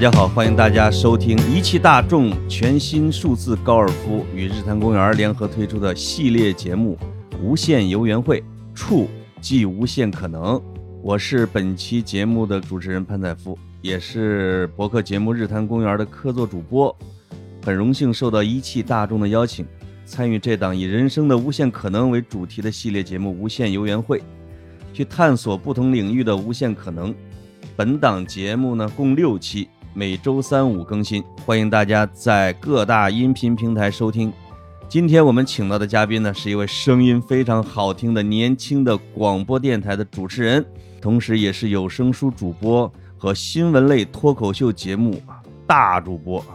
家好，欢迎大家收听一汽大众全新数字高尔夫与日坛公园联合推出的系列节目无限游园会，触即无限可能。我是本期节目的主持人潘采夫，也是博客节目日坛公园的客座主播，很荣幸受到一汽大众的邀请，参与这档以人生的无限可能为主题的系列节目无限游园会，去探索不同领域的无限可能。本档节目呢共6期，每周3、5更新，欢迎大家在各大音频平台收听。今天我们请到的嘉宾呢，是一位声音非常好听的年轻的广播电台的主持人，同时也是有声书主播和新闻类脱口秀节目大主播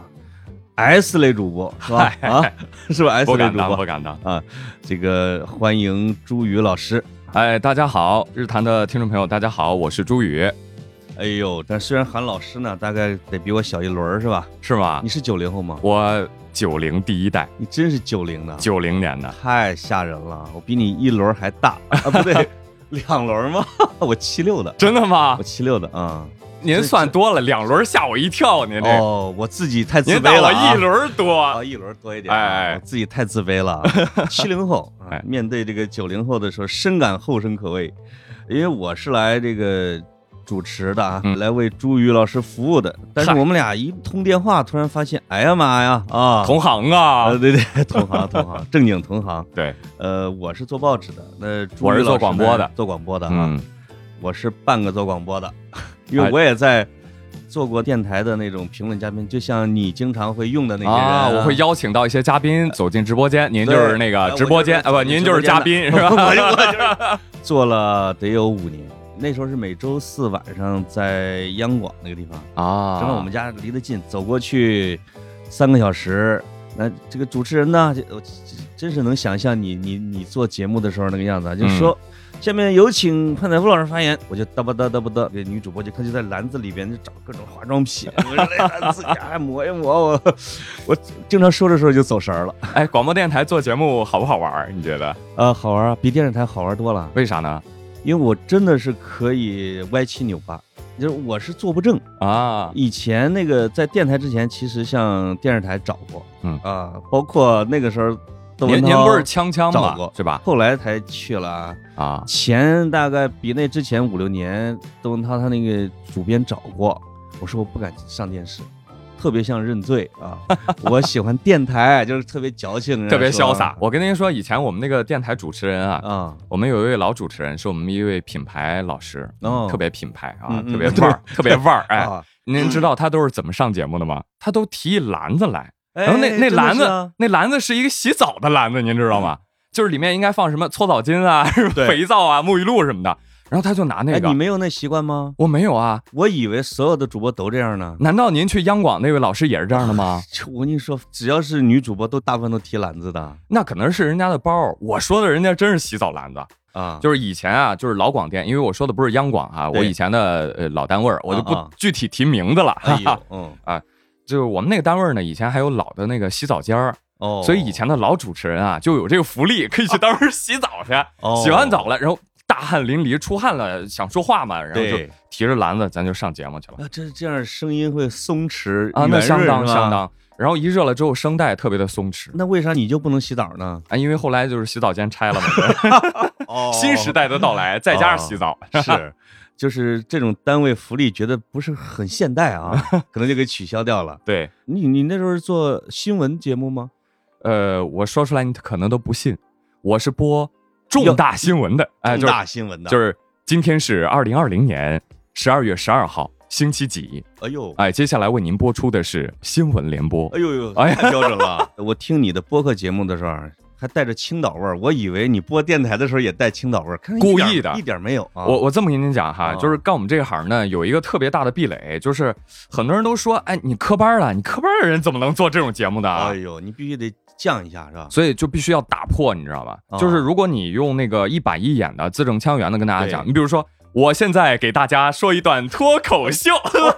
，S 类主播是吧？是吧 ？S 类主播不敢当啊！这个欢迎朱宇老师。 大家好，日坛的听众朋友，大家好，我是朱宇。 哎呦，但虽然喊老师呢，大概得比我小一轮是吧？ 是吗？ 你是90后吗？ 我90第一代。 你真是90的 ？90年的， 太吓人了！我比你一轮还大啊，不对，2轮吗？我76的。 真的吗？ 我76的啊。 您算多了，2轮吓我一跳，您这。 哦，我自己太自卑了。 您大我1轮多啊，1轮多一点。我自己太自卑了。70后面对这个90后的时候，深感后生可畏，因为我是来这个主持的啊，来为朱宇老师服务的。但是我们俩一通电话，突然发现，哎呀妈呀啊， 同行啊， 对对，同行，正经同行。 对， 我是做报纸的，那我是做广播的， 做广播的啊，我是半个做广播的，因为我也在做过电台的那种评论嘉宾，就像你经常会用的那些人啊， 我会邀请到一些嘉宾走进直播间，您就是那个直播间不，您就是嘉宾是吧？ 我就是做了得有5年。那时候是每周4晚上在央广那个地方啊，正好我们家离得近，走过去3个小时。那这个主持人呢，真是能想象你做节目的时候那个样子，就是说，下面有请潘采夫老师发言，我就嘚啵，这女主播她就在篮子里边就找各种化妆品，我自己还抹一抹，我经常说着说着就走神了。 哎，广播电台做节目好不好玩？你觉得？ 好玩啊，比电视台好玩多了。 为啥呢？ 因为我真的是可以歪七扭八，就是我是坐不正啊。 以前那个在电台之前，其实像电视台找过，包括那个时候您不是锵吗？是吧？ 后来才去了啊。 前大概比那之前5、6年，窦文涛他那个主编找过，我说我不敢上电视。特别像认罪啊！我喜欢电台，就是特别矫情， 特别潇洒。我跟您说，以前我们那个电台主持人我们有一位老主持人，是我们一位品牌老师，特别品牌啊，特别味儿，特别味儿。哎，您知道他都是怎么上节目的吗？他都提一篮子来，然后那篮子是一个洗澡的篮子，您知道吗？就是里面应该放什么搓澡巾啊、肥皂啊、沐浴露什么的。然后他就拿那个， 你没有那习惯吗？ 我没有啊， 我以为所有的主播都这样呢。 难道您去央广那位老师也是这样的吗？ 我跟你说，只要是女主播，大部分都提篮子的。 那可能是人家的包，我说的人家真是洗澡篮子啊。就是以前啊，就是老广电，因为我说的不是央广啊，我以前的老单位，我就不具体提名字了。就是我们那个单位呢，以前还有老的那个洗澡间儿。所以以前的老主持人啊，就有这个福利，可以去当时洗澡去。洗完澡了，然后大汗淋漓，出汗了，想说话嘛，然后就提着篮子，咱就上节目去了。 这样声音会松弛啊，那相当。然后一热了之后，声带特别的松弛。 那为啥你就不能洗澡呢？ 因为后来就是洗澡间拆了嘛。新时代的到来，再加上洗澡， 是，就是这种单位福利觉得不是很现代啊，可能就给取消掉了。 对， 你那时候是做新闻节目吗？ 我说出来你可能都不信，我是播重大新闻的， 重大新闻的， 就是今天是2020年12月12号星期几？接下来为您播出的是新闻联播。 太标准了！我听你的播客节目的时候还带着青岛味儿，我以为你播电台的时候也带青岛味儿， 故意的， 一点没有啊！ 我这么跟您讲哈，就是干我们这行呢，有一个特别大的壁垒，就是很多人都说，你科班了，你科班的人怎么能做这种节目的？ 你必须得降一下是吧？ 所以就必须要打破，你知道吧？就是如果你用那个一板一眼的字正腔圆的跟大家讲，你比如说，我现在给大家说一段脱口秀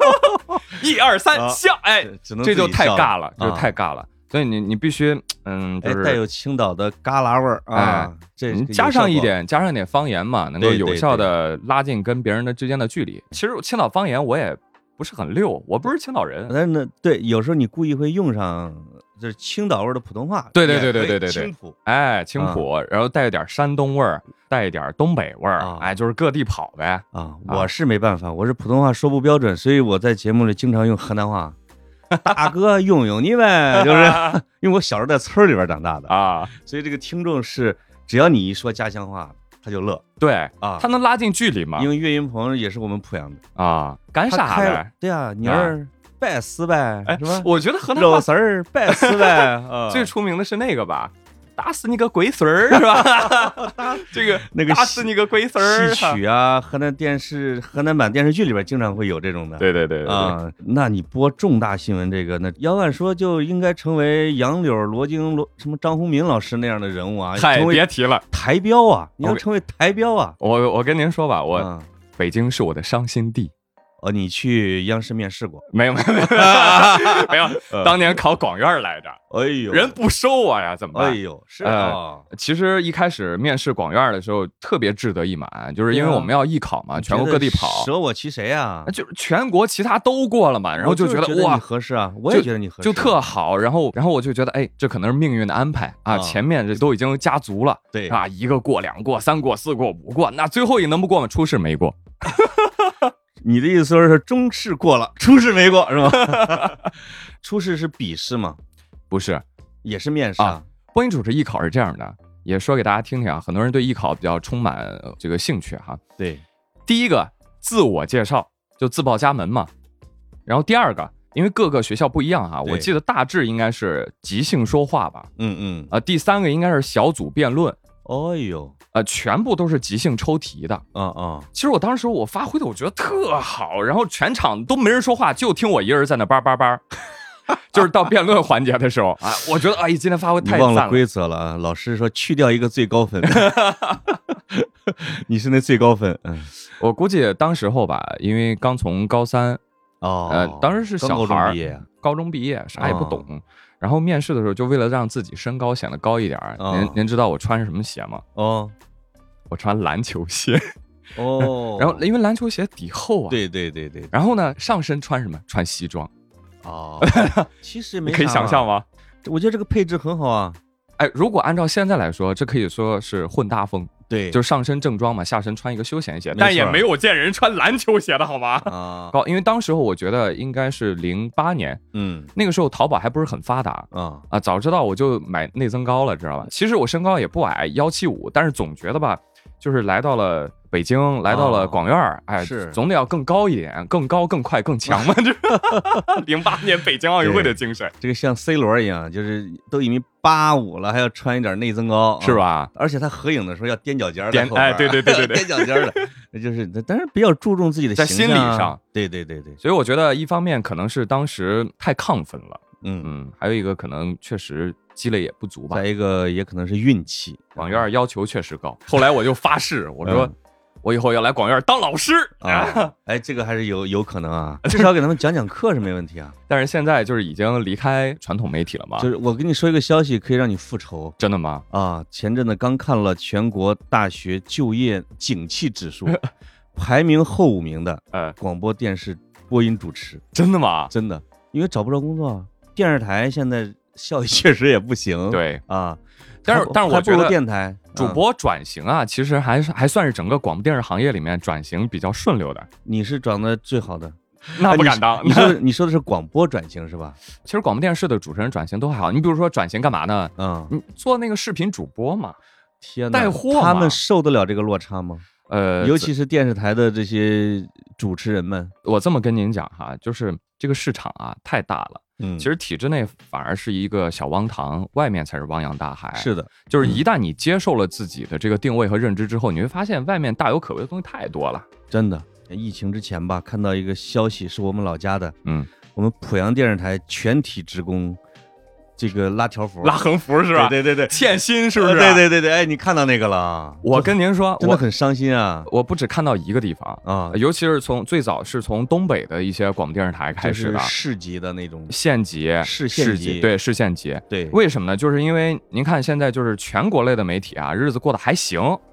，1、2、3笑，这就太尬了，就太尬了。所以你必须就是带有青岛的旮旯味儿啊，这加上一点方言嘛，能够有效的拉近跟别人的之间的距离。其实青岛方言我也不是很溜，我不是青岛人。 但是呢，对，有时候你故意会用上就是青岛味的普通话， 对， 青浦， 青浦，然后带一点山东味儿，带一点东北味儿，就是各地跑呗。 我是没办法，我是普通话说不标准，所以我在节目里经常用河南话。大哥用用你呗，就是因为我小时候在村里边长大的所以这个听众是只要你一说家乡话，他就乐。 对他能拉近距离嘛。 因为岳云鹏也是我们濮阳的干啥的？ 对啊，你儿拜师呗，是吧？ 我觉得河南话肉丝儿拜师呗， 最出名的是那个吧。打死你个龟孙儿是吧？这个那个打死你个龟孙儿戏曲啊，河南版电视剧里边经常会有这种的。 对那你播重大新闻这个，那要按说就应该成为杨柳、罗京、什么张宏民老师那样的人物啊。 嗨，别提了， 台标啊，你要成为台标啊。 我跟您说吧，北京是我的伤心地。 你去央视面试过？ 没有，当年考广院来着。 哎呦， 人不收我呀，怎么办？ 哎呦，是啊。 其实一开始面试广院的时候特别志得意满，就是因为我们要艺考嘛，全国各地跑。 舍我其谁啊？ 就是全国其他都过了嘛，然后就觉得哇， 合适啊，我也觉得你合适， 就特好。然后我就觉得，这可能是命运的安排啊，前面这都已经加足了， 对啊，1个过2过3过4过5过，那最后一能不过吗？初试没过。 你的意思说是中试过了，初试没过是吗？初试是笔试吗？ 不是， 也是面试啊。 播音主持艺考是这样的，也说给大家听听啊，很多人对艺考比较充满这个兴趣哈。 对， 第一个自我介绍就自报家门嘛，然后第二个，因为各个学校不一样哈，我记得大致应该是即兴说话吧。第三个应该是小组辩论。 哎呦， 全部都是即兴抽题的。其实我当时我发挥的我觉得特好，然后全场都没人说话，就听我一个人在那叭叭叭。就是到辩论环节的时候我觉得今天发挥太赞了。 你忘了规则了啊！老师说去掉一个最高分，你是那最高分。 我估计当时候吧，因为刚从高3当时是小孩，高中毕业啥也不懂。然后面试的时候，就为了让自己身高显得高一点，您知道我穿什么鞋吗？我穿篮球鞋。然后因为篮球鞋底厚啊。 对。 然后呢，上身穿什么？穿西装。 其实没可以想象吗？ 我觉得这个配置很好啊。 如果按照现在来说，这可以说是混搭风。 对， 就是上身正装嘛，下身穿一个休闲鞋，但也没有见人穿篮球鞋的好吗？因为当时候我觉得应该是08年，那个时候淘宝还不是很发达早知道我就买内增高了，知道吧？其实我身高也不矮，175，但是总觉得吧，就是来到了北京，来到了广院， 是总得要更高一点，更高、更快、更强嘛。这08年北京奥运会的精神， 这个像 C 罗一样，就是都1.85米了，还要穿一点内增高， 是吧？ 而且他合影的时候要踮脚尖的， 对， 踮脚尖的，就是，但是比较注重自己的形象， 在心理上， 对。 所以我觉得一方面可能是当时太亢奋了，还有一个可能确实积累也不足吧， 再一个也可能是运气。 广院要求确实高，后来我就发誓，我说我以后要来广院当老师这个还是有可能啊，至少给他们讲讲课是没问题啊。 但是现在就是已经离开传统媒体了嘛， 就是我跟你说一个消息，可以让你复仇。 真的吗？ 前阵子刚看了全国大学就业景气指数，排名后5名的广播电视播音主持。 真的吗？ 真的，因为找不着工作，电视台现在效益确实也不行。 对但是我觉得电台主播转型其实还算是整个广播电视行业里面转型比较顺溜的。 你是转的最好的， 那不敢当。 你说的是广播转型是吧？ 其实广播电视的主持人转型都还好。你比如说转型干嘛呢？你做那个视频主播嘛， 天哪， 带货嘛， 他们受得了这个落差吗？尤其是电视台的这些主持人们。 我这么跟您讲哈，就是这个市场太大了。其实体制内反而是一个小汪塘，外面才是汪洋大海。 是的， 就是一旦你接受了自己的这个定位和认知之后，你会发现外面大有可为的东西太多了。 真的，疫情之前吧，看到一个消息，是我们老家的，我们濮阳电视台全体职工这个拉条幅、 拉横幅是吧？ 对， 欠薪是不是？ 对，你看到那个了？ 我跟您说， 真的很伤心啊！ 我不只看到一个地方尤其是最早是从东北的一些广播电视台开始的， 市级的那种县级、 市级， 对，市县级， 对。 为什么呢？就是因为您看现在就是全国类的媒体日子过得还行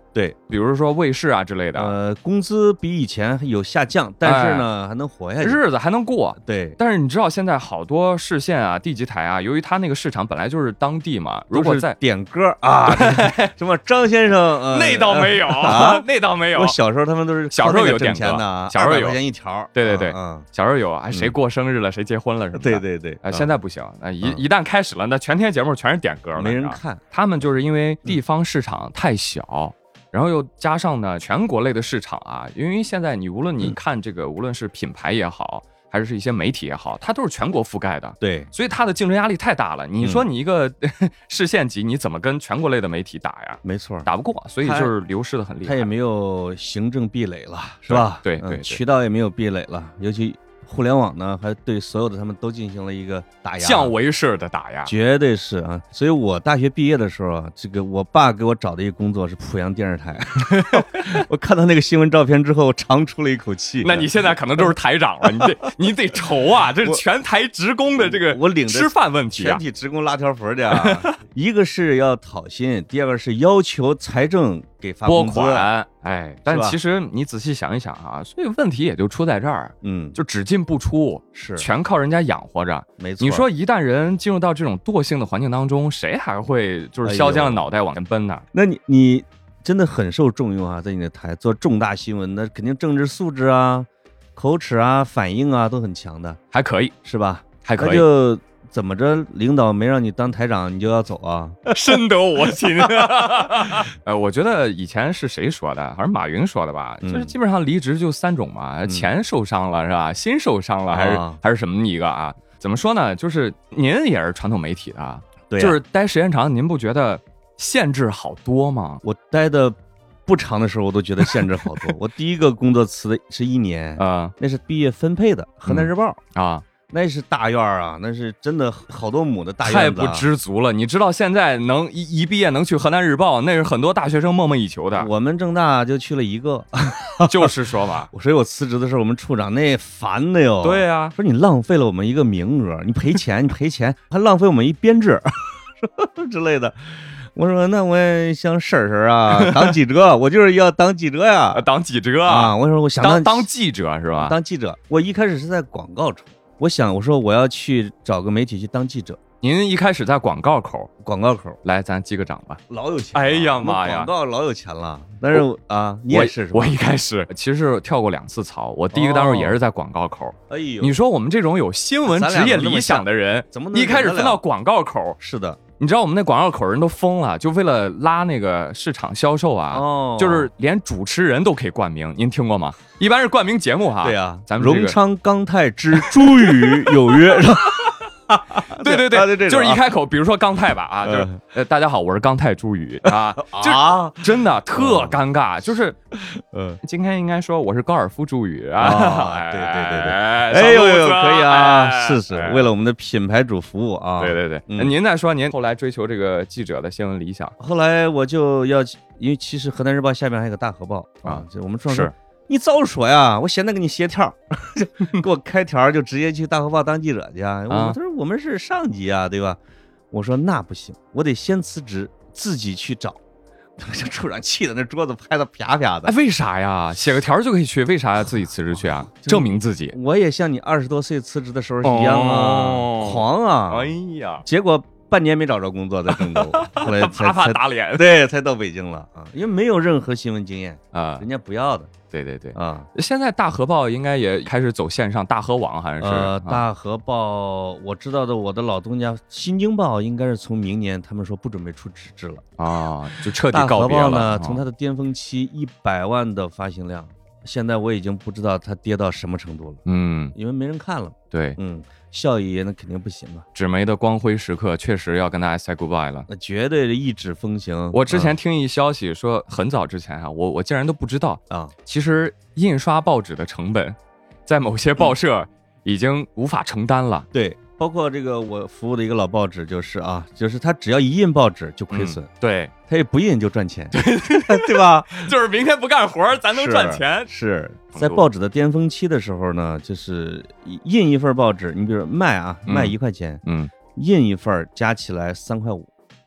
对， 比如说卫视啊之类的， 工资比以前有下降，但是呢，还能活下去， 日子还能过。 对， 但是你知道现在好多市县啊、地级台啊，由于它那个市场本来就是当地嘛，如果在点歌啊，什么张先生， 那倒没有啊，那倒没有。 我小时候他们都是小时候有点钱的， 小时候有 200块钱一条。 对，小时候有，谁过生日了，谁结婚了什么的。 对， 现在不行，一旦开始了，那全天节目全是点歌了， 没人看。 他们就是因为地方市场太小。然后又加上呢，全国类的市场啊，因为现在你无论你看这个，无论是品牌也好，还是一些媒体也好，它都是全国覆盖的， 对， 所以它的竞争压力太大了。你说你一个市县级，你怎么跟全国类的媒体打呀？ 没错， 打不过，所以就是流失的很厉害。 它也没有行政壁垒了，是吧？ 对， 渠道也没有壁垒了，尤其互联网呢，还对所有的他们都进行了一个打压， 降维式的打压， 绝对是啊。所以我大学毕业的时候，这个我爸给我找的一个工作是濮阳电视台。我看到那个新闻照片之后，长出了一口气。 那你现在可能就是台长了，你得愁啊，这是全台职工的这个我领着吃饭问题啊， 全体职工拉条幅的啊。一个是要讨薪，第二个是要求财政给发工资拨款。但其实你仔细想一想啊，所以问题也就出在这儿，就只进不出， 是全靠人家养活着。 没错， 你说一旦人进入到这种惰性的环境当中，谁还会就是削尖了脑袋往前奔呢？ 那你真的很受重用啊，在你的台做重大新闻，那肯定政治素质啊、口齿啊、反应啊都很强的， 还可以是吧？ 还可以。 那就怎么着，领导没让你当台长，你就要走啊？ 深得我心。我觉得以前是谁说的？好像马云说的吧？就是基本上离职就3种嘛，钱受伤了是吧？心受伤了还是什么一个啊？怎么说呢？就是您也是传统媒体的， 对， 就是待时间长，您不觉得限制好多吗？ 我待的不长的时候，我都觉得限制好多。我第一个工作辞是1年啊，那是毕业分配的河南日报啊。那是大院啊，那是真的好多亩的大院子，太不知足了。你知道现在能一毕业能去河南日报，那是很多大学生梦寐以求的。 我们正大就去了一个， 就是说嘛， 所以我辞职的时候，我们处长那烦的哟。 对啊， 说你浪费了我们一个名额，你赔钱，还浪费我们一编制之类的。我说那我也想试试啊，当记者，我就是要当记者呀， 当记者啊。 我说我想当记者是吧？ 当记者，我一开始是在广告处。我说我要去找个媒体去当记者。 您一开始在广告口来，咱击个掌吧。 老有钱， 哎呀妈呀， 广告老有钱了。但是你也是我一开始其实跳过2次槽，我第一个单位也是在广告口。 哎呦， 你说我们这种有新闻职业理想的人， 怎么能一开始分到广告口？ 是的。 你知道我们那广告口人都疯了，就为了拉那个市场销售啊，就是连主持人都可以冠名，您听过吗？一般是冠名节目哈。 对啊， 咱们荣昌钢泰之朱宇有约。 对，就是一开口，比如说钢泰吧啊，就是大家好，我是钢泰朱宇啊，就真的特尴尬，就是今天应该说我是高尔夫朱宇啊， 对，哎呦，可以啊，是为了我们的品牌主服务啊， 对，您再说您后来追求这个记者的新闻理想， 后来我就要，因为其实河南日报下面还有个大河报啊，就我们说是。你早说呀！我现在给你写条，给我开条，就直接去大河报当记者去啊！他说我们是上级啊，对吧？我说那不行，我得先辞职，自己去找。这处长气的那桌子拍的啪啪的。 为啥呀？写个条就可以去，为啥要自己辞职去啊？证明自己。 我也像你20多岁辞职的时候一样啊，狂啊！ 哎呀， 结果半年没找着工作，在郑州，后来才打脸， 对，才到北京了啊！因为没有任何新闻经验啊，人家不要的。 对啊！现在大河报应该也开始走线上，大河网好像是。 大河报我知道的，我的老东家新京报应该是从明年，他们说不准备出纸质了啊，就彻底告别了。 大河报呢，从它的巅峰期100万的发行量，现在我已经不知道它跌到什么程度了。因为没人看了。 对， 效益那肯定不行啊！ 纸媒的光辉时刻确实要跟大家 say goodbye 了， 那绝对是一纸风行。 我之前听一消息说，很早之前啊，我竟然都不知道啊，其实印刷报纸的成本，在某些报社已经无法承担了。 对，包括这个我服务的一个老报纸，就是他只要一印报纸就亏损， 对， 他也不印就赚钱，对吧？ 就是明天不干活，咱能赚钱。 是在报纸的巅峰期的时候呢，就是印一份报纸，你比如卖1块钱，印一份加起来3块5，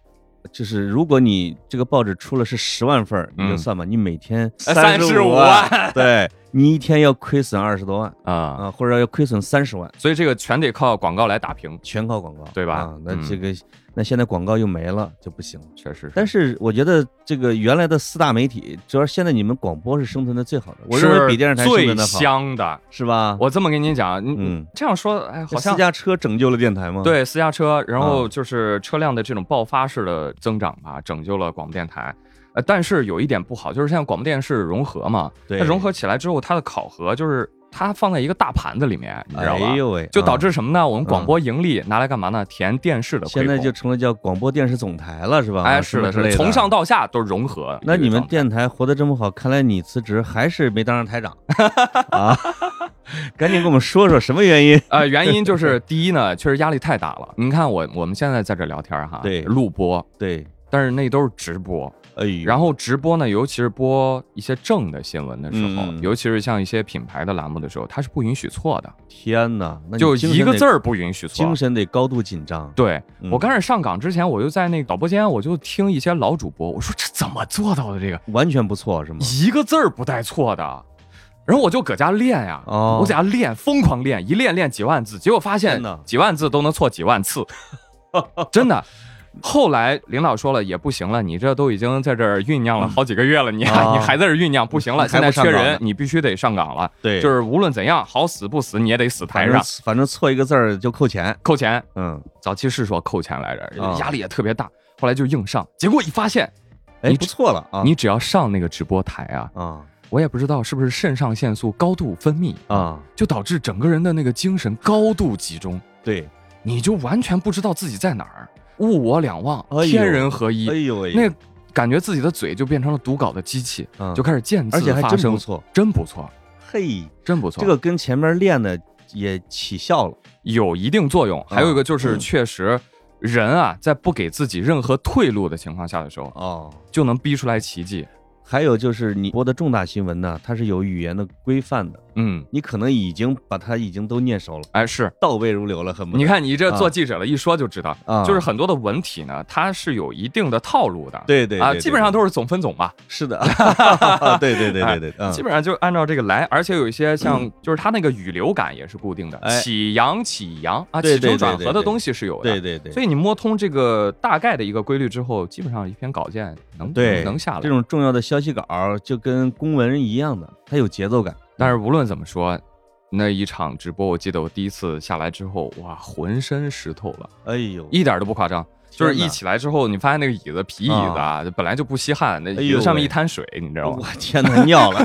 就是如果你这个报纸出了是10万份，你就算吧，你每天 35万， 对，你一天要亏损20多万啊，或者要亏损30万， 所以这个全得靠广告来打平， 全靠广告， 对吧？ 那这个。那现在广告又没了，就不行， 确实。 但是我觉得这个原来的4大媒体，主要现在你们广播是生存的最好的，我认为比电视台生存的好， 最香的， 是吧？ 我这么跟你讲，这样说，好像私家车拯救了电台吗？ 对，私家车，然后就是车辆的这种爆发式的增长吧，拯救了广播电台。但是有一点不好，就是现在广播电视融合嘛，它融合起来之后，它的考核就是它放在一个大盘子里面，你知道吧？ 哎呦喂， 就导致什么呢？我们广播盈利拿来干嘛呢？填电视的亏空。 现在就成了叫广播电视总台了，是吧？ 哎，是的，是的，从上到下都是融合。 那你们电台活得这么好，看来你辞职还是没当上台长啊？赶紧跟我们说说什么原因？ 原因就是第一呢，确实压力太大了。您看我们现在在这聊天哈， 对， 录播， 对， 但是那都是直播。然后直播呢，尤其是播一些正的新闻的时候，尤其是像一些品牌的栏目的时候，它是不允许错的。 天哪， 就一个字儿不允许错， 精神得高度紧张。 对，我刚开始上岗之前，我就在那个导播间，我就听一些老主播，我说这怎么做到的？这个完全不错是吗？ 一个字儿不带错的。然后我就搁家练呀，我在家练，疯狂练，一练几万字，结果发现几万字都能错几万次，真的。后来领导说了也不行了，你这都已经在这儿酝酿了好几个月了，你还在这儿酝酿，不行了，现在缺人，你必须得上岗了。 对， 就是无论怎样，好死不死你也得死台上， 反正错一个字儿就扣钱。 早期是说扣钱来着，压力也特别大，后来就硬上，结果一发现， 你不错了啊！ 你只要上那个直播台我也不知道是不是肾上腺素高度分泌就导致整个人的那个精神高度集中， 对， 你就完全不知道自己在哪儿。物我两忘，天人合一。 哎呦喂， 那感觉自己的嘴就变成了读稿的机器，就开始渐字发声， 而且还真不错， 真不错， 嘿， 真不错。 这个跟前面练的也起效了， 有一定作用。还有一个就是确实，人啊，在不给自己任何退路的情况下的时候，就能逼出来奇迹。 还有就是你播的重大新闻呢，它是有语言的规范的，你可能已经把它都念熟了， 哎，是倒背如流了，很。 你看你这做记者的一说就知道，就是很多的文体呢，它是有一定的套路的， 对， 基本上都是总分总吧， 是的，对， 基本上就按照这个来，而且有一些像就是它那个语流感也是固定的，起扬起承转合的东西是有的， 对， 所以你摸通这个大概的一个规律之后，基本上一篇稿件能下来。 这种重要的消息稿就跟公文一样的，它有节奏感。 但是无论怎么说，那一场直播，我记得我第一次下来之后，哇，浑身湿透了， 哎呦， 一点都不夸张。就是一起来之后，你发现那个椅子皮椅子本来就不吸汗，那椅子上面一滩水，你知道吗？ 我天哪，尿了！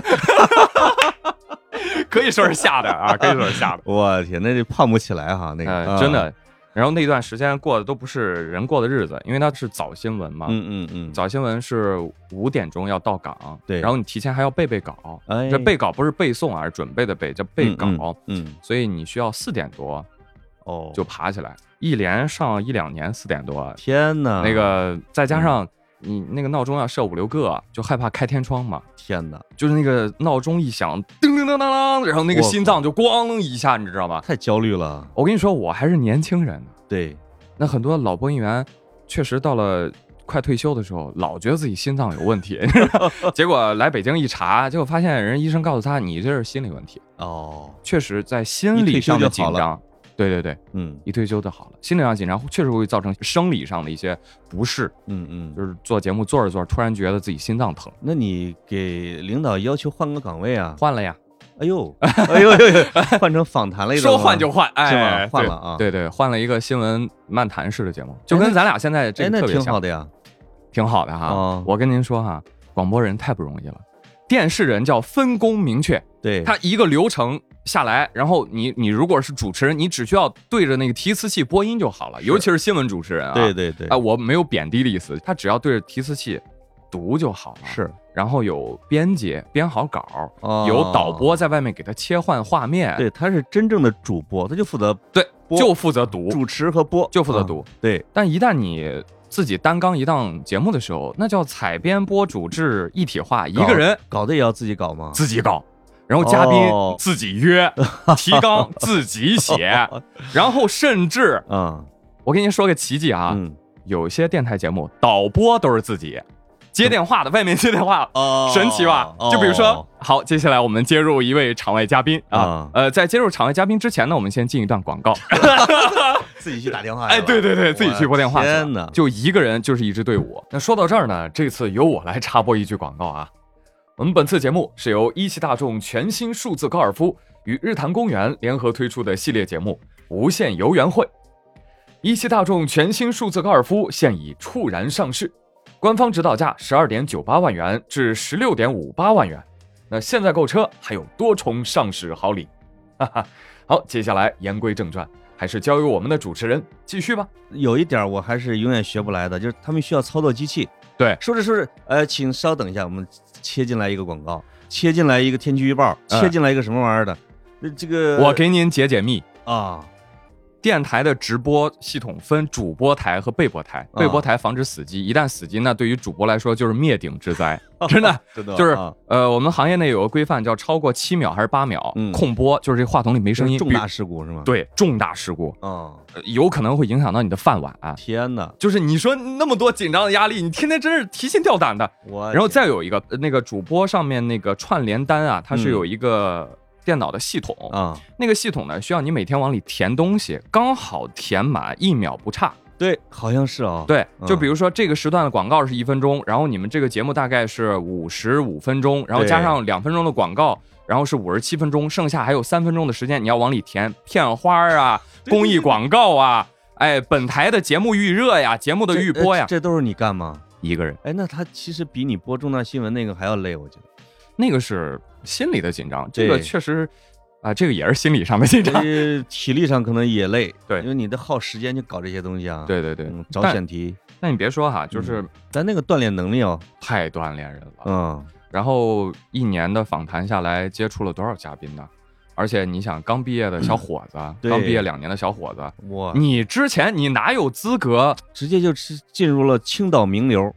可以说是吓的啊，可以说是吓的。 我天，那胖不起来哈，那个真的。然后那段时间过的都不是人过的日子，因为它是早新闻嘛，早新闻是5点钟要到岗， 对， 然后你提前还要背稿，这背稿不是背诵是准备的背，叫背稿，所以你需要4点多就爬起来，一连上1-2年4点多， 天哪， 那个再加上你那个闹钟要设5-6个，就害怕开天窗嘛， 天哪， 就是那个闹钟一响，叮叮当当当，然后那个心脏就咣一下，你知道吗？ 太焦虑了。 我跟你说，我还是年轻人， 对， 那很多老播音员确实到了快退休的时候，老觉得自己心脏有问题，结果来北京一查，结果发现人医生告诉他，你这是心理问题。确实在心理上的紧张。对，一退休就好了。心理上紧张确实会造成生理上的一些不适。就是做节目做着做着，突然觉得自己心脏疼。 那你给领导要求换个岗位啊？ 换了呀。 哎呦，换成访谈类的， 说换就换， 是吗？换了啊？ 对，换了一个新闻漫谈式的节目，就跟咱俩现在这个特别像。 挺好的呀， 挺好的哈。我跟您说哈，广播人太不容易了。电视人叫分工明确， 对， 他一个流程下来，然后你如果是主持人，你只需要对着那个提词器播音就好了，尤其是新闻主持人啊。 对， 我没有贬低的意思，他只要对着提词器读就好了。 是， 然后有编辑编好稿，有导播在外面给他切换画面。 对，他是真正的主播，他就负责就负责读， 主持和播就负责读。 对， 但一旦你自己担纲一档节目的时候，那叫采编播主制一体化，一个人搞的也要自己搞吗？ 自己搞，然后嘉宾自己约，提纲自己写，然后甚至我跟您说个奇迹啊， 有些电台节目导播都是自己接电话的，外面接电话，神奇吧？就比如说，好，接下来我们接入一位场外嘉宾啊，在接入场外嘉宾之前呢，我们先进一段广告， 自己去打电话， 哎，对，自己去拨电话，天哪，就一个人就是一支队伍。那说到这儿呢，这次由我来插播一句广告啊。我们本次节目是由一汽大众全新数字高尔夫与日坛公园联合推出的系列节目《无限游园会》。一汽大众全新数字高尔夫现已猝然上市，官方指导价12.98万元至16.58万元。那现在购车还有多重上市好礼，哈哈。好，接下来言归正传，还是交由我们的主持人继续吧。 有一点我还是永远学不来的，就是他们需要操作机器。 对， 说着，请稍等一下，我们切进来一个广告，切进来一个天气预报，切进来一个什么玩意儿的？这个我给您解密啊。 电台的直播系统分主播台和备播台，备播台防止死机，一旦死机，那对于主播来说就是灭顶之灾，真的，就是我们行业内有个规范叫超过7秒还是8秒空播，就是这话筒里没声音， 重大事故是吗？ 对，重大事故，有可能会影响到你的饭碗啊！ 天哪， 就是你说那么多紧张的压力，你天天真是提心吊胆的。然后再有一个那个主播上面那个串联单啊，它是有一个电脑的系统啊，那个系统呢需要你每天往里填东西，刚好填满1秒不差。 对，好像是啊。 对，就比如说这个时段的广告是1分钟，然后你们这个节目大概是55分钟，然后加上2分钟的广告，然后是57分钟，剩下还有3分钟的时间你要往里填片花啊、公益广告啊，哎，本台的节目预热呀、节目的预播呀， 这都是你干吗？ 一个人。 哎，那他其实比你播重大新闻那个还要累，我觉得。 那个是心理的紧张，这个确实这个也是心理上的紧张， 体力上可能也累， 对， 因为你得耗时间去搞这些东西啊。 对， 找选题。 但你别说哈，就是咱那个锻炼能力太锻炼人了。然后1年的访谈下来，接触了多少嘉宾呢？而且你想，刚毕业的小伙子，刚毕业2年的小伙子，你之前你哪有资格直接就进入了青岛名流？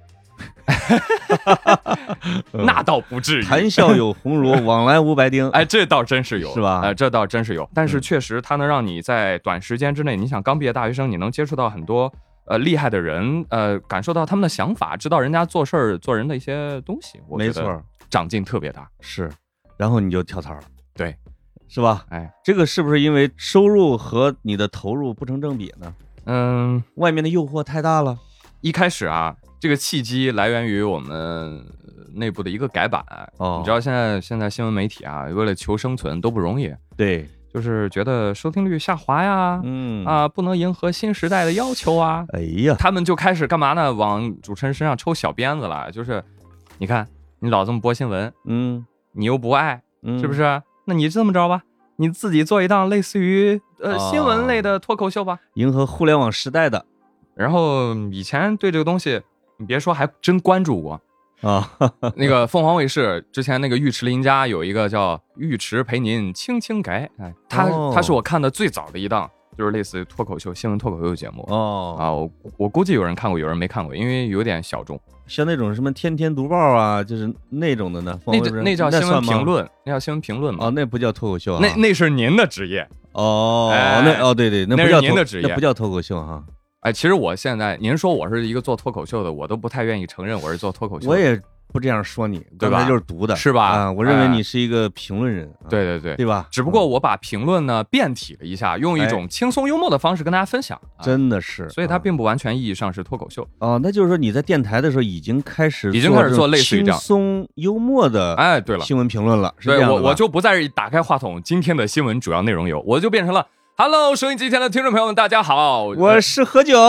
那倒不至于， 谈笑有鸿儒，往来无白丁。 哎，这倒真是有， 是吧？ 这倒真是有。但是确实，它能让你在短时间之内，你想刚毕业大学生，你能接触到很多厉害的人，感受到他们的想法，知道人家做事儿做人的一些东西。 没错， 长进特别大。 是，然后你就跳槽了， 对， 是吧？ 哎， 这个是不是因为收入和你的投入不成正比呢？外面的诱惑太大了。 一开始啊。这个契机来源于我们内部的一个改版。你知道现在新闻媒体啊，为了求生存都不容易。 对， 就是觉得收听率下滑呀，不能迎合新时代的要求啊。 哎呀， 他们就开始干嘛呢？往主持人身上抽小鞭子了。就是你看，你老这么播新闻，你又不爱，是不是？那你这么着吧，你自己做一档类似于新闻类的脱口秀吧， 迎合互联网时代的。 然后以前对这个东西。你别说，还真关注过啊！ 那个凤凰卫视之前那个尉迟林家有一个叫尉迟陪您轻轻改，哎，他是我看的最早的一档，就是类似于脱口秀、新闻脱口秀节目我估计有人看过，有人没看过，因为有点小众。 像那种什么天天读报啊，就是那种的呢？ 那叫新闻评论，那叫新闻评论嘛？ 那不叫脱口秀啊， 那是您的职业对，那不叫您的职业，那不叫脱口秀哈。 哎，其实我现在您说我是一个做脱口秀的，我都不太愿意承认我是做脱口秀的。 我也不这样说你， 对吧？ 就是读的， 是吧？ 我认为你是一个评论人。 对， 对吧？ 只不过我把评论呢变体了一下，用一种轻松幽默的方式跟大家分享。 真的是， 所以它并不完全意义上是脱口秀。 那就是说你在电台的时候已经开始做类似于这样轻松幽默的对了新闻评论了。 对，我就不再打开话筒，今天的新闻主要内容有，我就变成了。Hello， 收音机前的听众朋友们，大家好， 我是何炅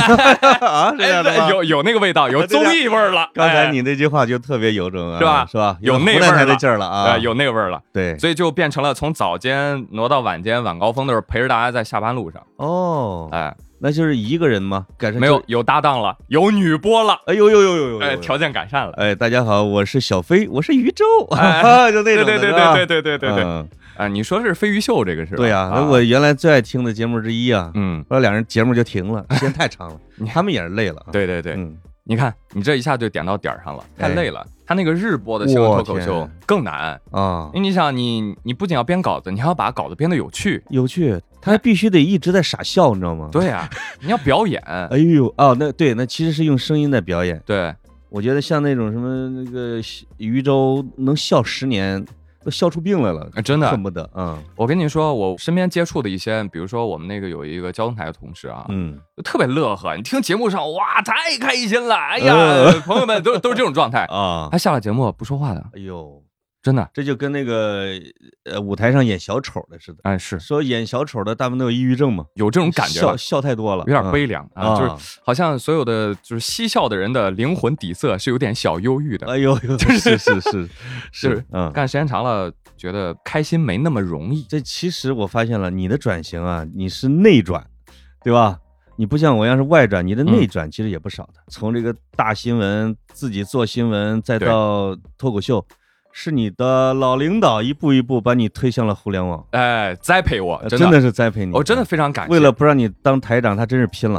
有那个味道，有综艺味儿了。 刚才你那句话就特别有种是吧？ 是吧？ 有那味儿的劲儿了啊， 有那味儿了。 对， 所以就变成了从早间挪到晚间，晚高峰的时候陪着大家在下班路上。 那就是一个人吗？改成没有搭档了，有女播了。 哎呦， 条件改善了。 哎，大家好，我是小飞，我是宇宙，就那种对。你说是飞鱼秀这个是吧？ 对呀，我原来最爱听的节目之一啊。后来两人节目就停了，时间太长了，他们也是累了。 对，你看你这一下就点到点上了，太累了。他那个日播的新闻脱口秀更难啊，因为你想，你不仅要编稿子，你还要把稿子编得有趣， 他必须得一直在傻笑，你知道吗？ 对呀，你要表演。 哎呦，哦，那其实是用声音在表演。 对， 我觉得像那种什么那个余舟能笑10年。都笑出病来了， 真的恨不得。 我跟你说，我身边接触的一些，比如说我们那个有一个交通台的同事啊，就特别乐呵。你听节目上，哇，太开心了，哎呀，朋友们都是这种状态啊。他下了节目不说话的， 哎呦， 真的， 这就跟那个舞台上演小丑的似的。 哎，是说演小丑的大部分都有抑郁症嘛， 有这种感觉， 笑太多了， 有点悲凉啊，就是好像所有的就是嬉笑的人的灵魂底色是有点小忧郁的。 哎呦，是， 干时间长了，觉得开心没那么容易。 这其实我发现了，你的转型啊，你是内转，对吧？你不像我，要是外转，你的内转其实也不少的。从这个大新闻，自己做新闻，再到脱口秀。是你的老领导一步一步把你推向了互联网， 哎，栽培我， 真的是栽培你， 我真的非常感谢。 为了不让你当台长，他真是拼了。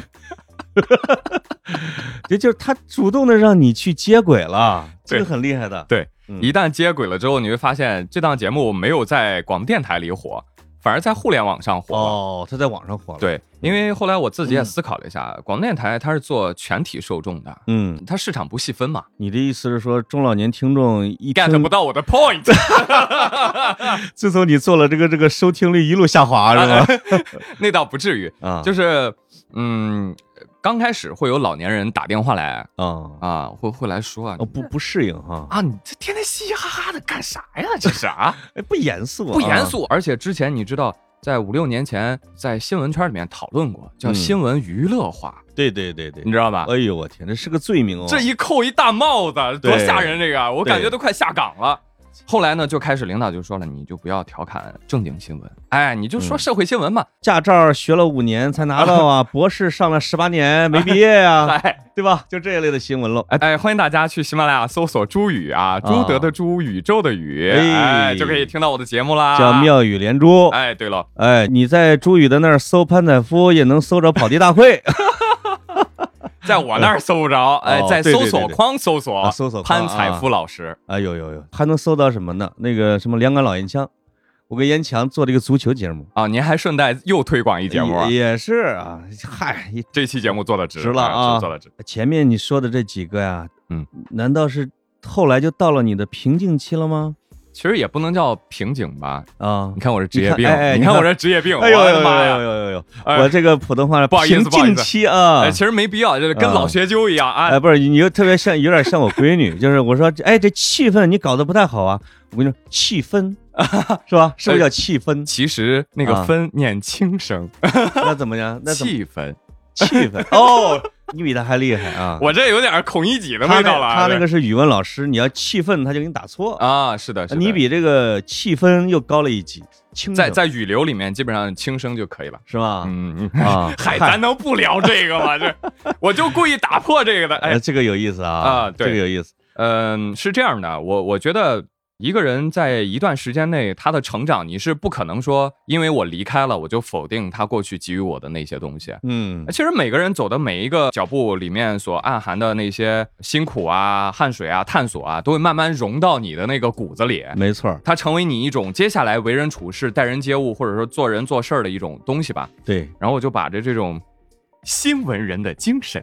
也就是他主动的让你去接轨了，这个很厉害的。 对，一旦接轨了之后，你会发现这档节目没有在广播电台里火，反而在互联网上火了。 哦，他在网上火了。 对，因为后来我自己也思考了一下，广播电台它是做全体受众的，它市场不细分嘛。 你的意思是说，中老年听众 get 不到我的 point？ 自从你做了这个收听率一路下滑，是吧？ 那倒不至于啊，就是刚开始会有老年人打电话来会来说不适应哈你这天天嘻嘻哈哈的干啥呀？这是不严肃， 不严肃。而且之前你知道，在5、6年前，在新闻圈里面讨论过，叫新闻娱乐化。 对， 你知道吧？ 哎呦我天，这是个罪名哦！ 这一扣一大帽子，多吓人！这个我感觉都快下岗了。后来呢，就开始领导就说了，你就不要调侃正经新闻，哎，你就说社会新闻嘛。 驾照学了5年才拿到啊，博士上了18年没毕业啊，对吧？就这一类的新闻喽。 哎，欢迎大家去喜马拉雅搜索朱宇啊，朱德的朱，宇宙的宇，就可以听到我的节目啦。 叫妙语连珠。 哎，对了， 你在朱宇的那儿搜潘采夫也能搜着跑题大会。 在我那儿搜不着，在搜索框搜索潘采夫老师。 哎呦，还能搜到什么呢？那个什么两杆老烟枪，我跟严强做这个足球节目啊，您还顺带又推广一节目， 也是啊。嗨， 这期节目做的值了啊， 做的值。 前面你说的这几个呀，难道是后来就到了你的瓶颈期了吗？ 其实也不能叫瓶颈吧，你看我这职业病， 你看我这职业病， 哎呦，我这个普通话不好意思， 瓶颈期啊， 其实没必要，就是跟老学究一样啊， 不是，你又特别像，有点像我闺女，就是我说，这气氛你搞得不太好啊，我跟你说，气氛是吧？是不是叫气氛？ 其实那个分念轻声， 那怎么样？那气氛哦。你比他还厉害啊！ 我这有点孔乙己的味道了。 他那个是语文老师，你要气氛他就给你打错啊。是的， 你比这个气氛又高了一级。 在语流里面，基本上轻声就可以了， 是吧？ 嗨，咱能不聊这个吗？这我就故意打破这个的。哎， 这个有意思啊！ 对， 这个有意思。 是这样的，我觉得。一个人在一段时间内他的成长，你是不可能说因为我离开了我就否定他过去给予我的那些东西。其实每个人走的每一个脚步里面所暗含的那些辛苦啊、汗水啊、探索啊，都会慢慢融到你的那个骨子里。 没错， 它成为你一种接下来为人处事、待人接物或者说做人做事的一种东西吧。 对， 然后我就把这种新闻人的精神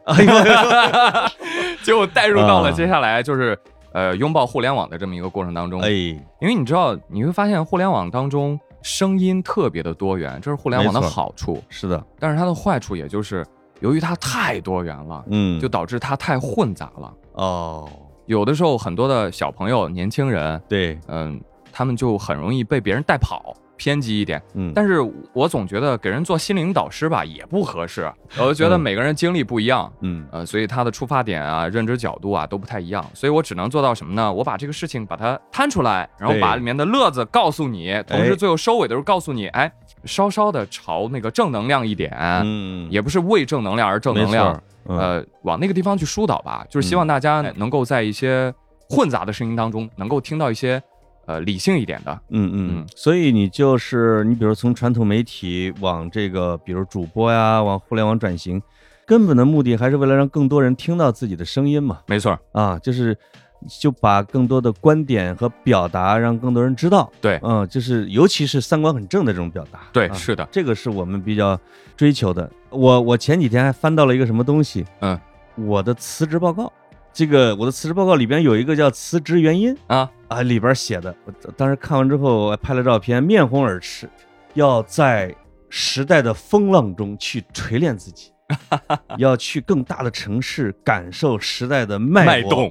就带入到了接下来就是拥抱互联网的这么一个过程当中。因为你知道，你会发现互联网当中声音特别的多元，这是互联网的好处。 是的， 但是它的坏处也就是由于它太多元了，就导致它太混杂了。有的时候很多的小朋友、年轻人， 对， 他们就很容易被别人带跑。偏激一点，但是我总觉得给人做心灵导师吧也不合适。我觉得每个人经历不一样，所以他的出发点啊、认知角度啊都不太一样，所以我只能做到什么呢？我把这个事情把它摊出来，然后把里面的乐子告诉你，同时最后收尾的时候告诉你，稍稍的朝那个正能量一点，也不是为正能量而正能量，往那个地方去疏导吧，就是希望大家能够在一些混杂的声音当中，能够听到一些。理性一点的， 所以你比如从传统媒体往这个，比如主播呀，往互联网转型，根本的目的还是为了让更多人听到自己的声音嘛。 没错啊，就是就把更多的观点和表达让更多人知道。 对， 就是尤其是三观很正的这种表达。 对，是的， 这个是我们比较追求的。我前几天还翻到了一个什么东西，我的辞职报告。这个我的辞职报告里边有一个叫辞职原因里边写的，我当时看完之后我拍了照片，面红耳赤，要在时代的风浪中去锤炼自己。要去更大的城市感受时代的脉动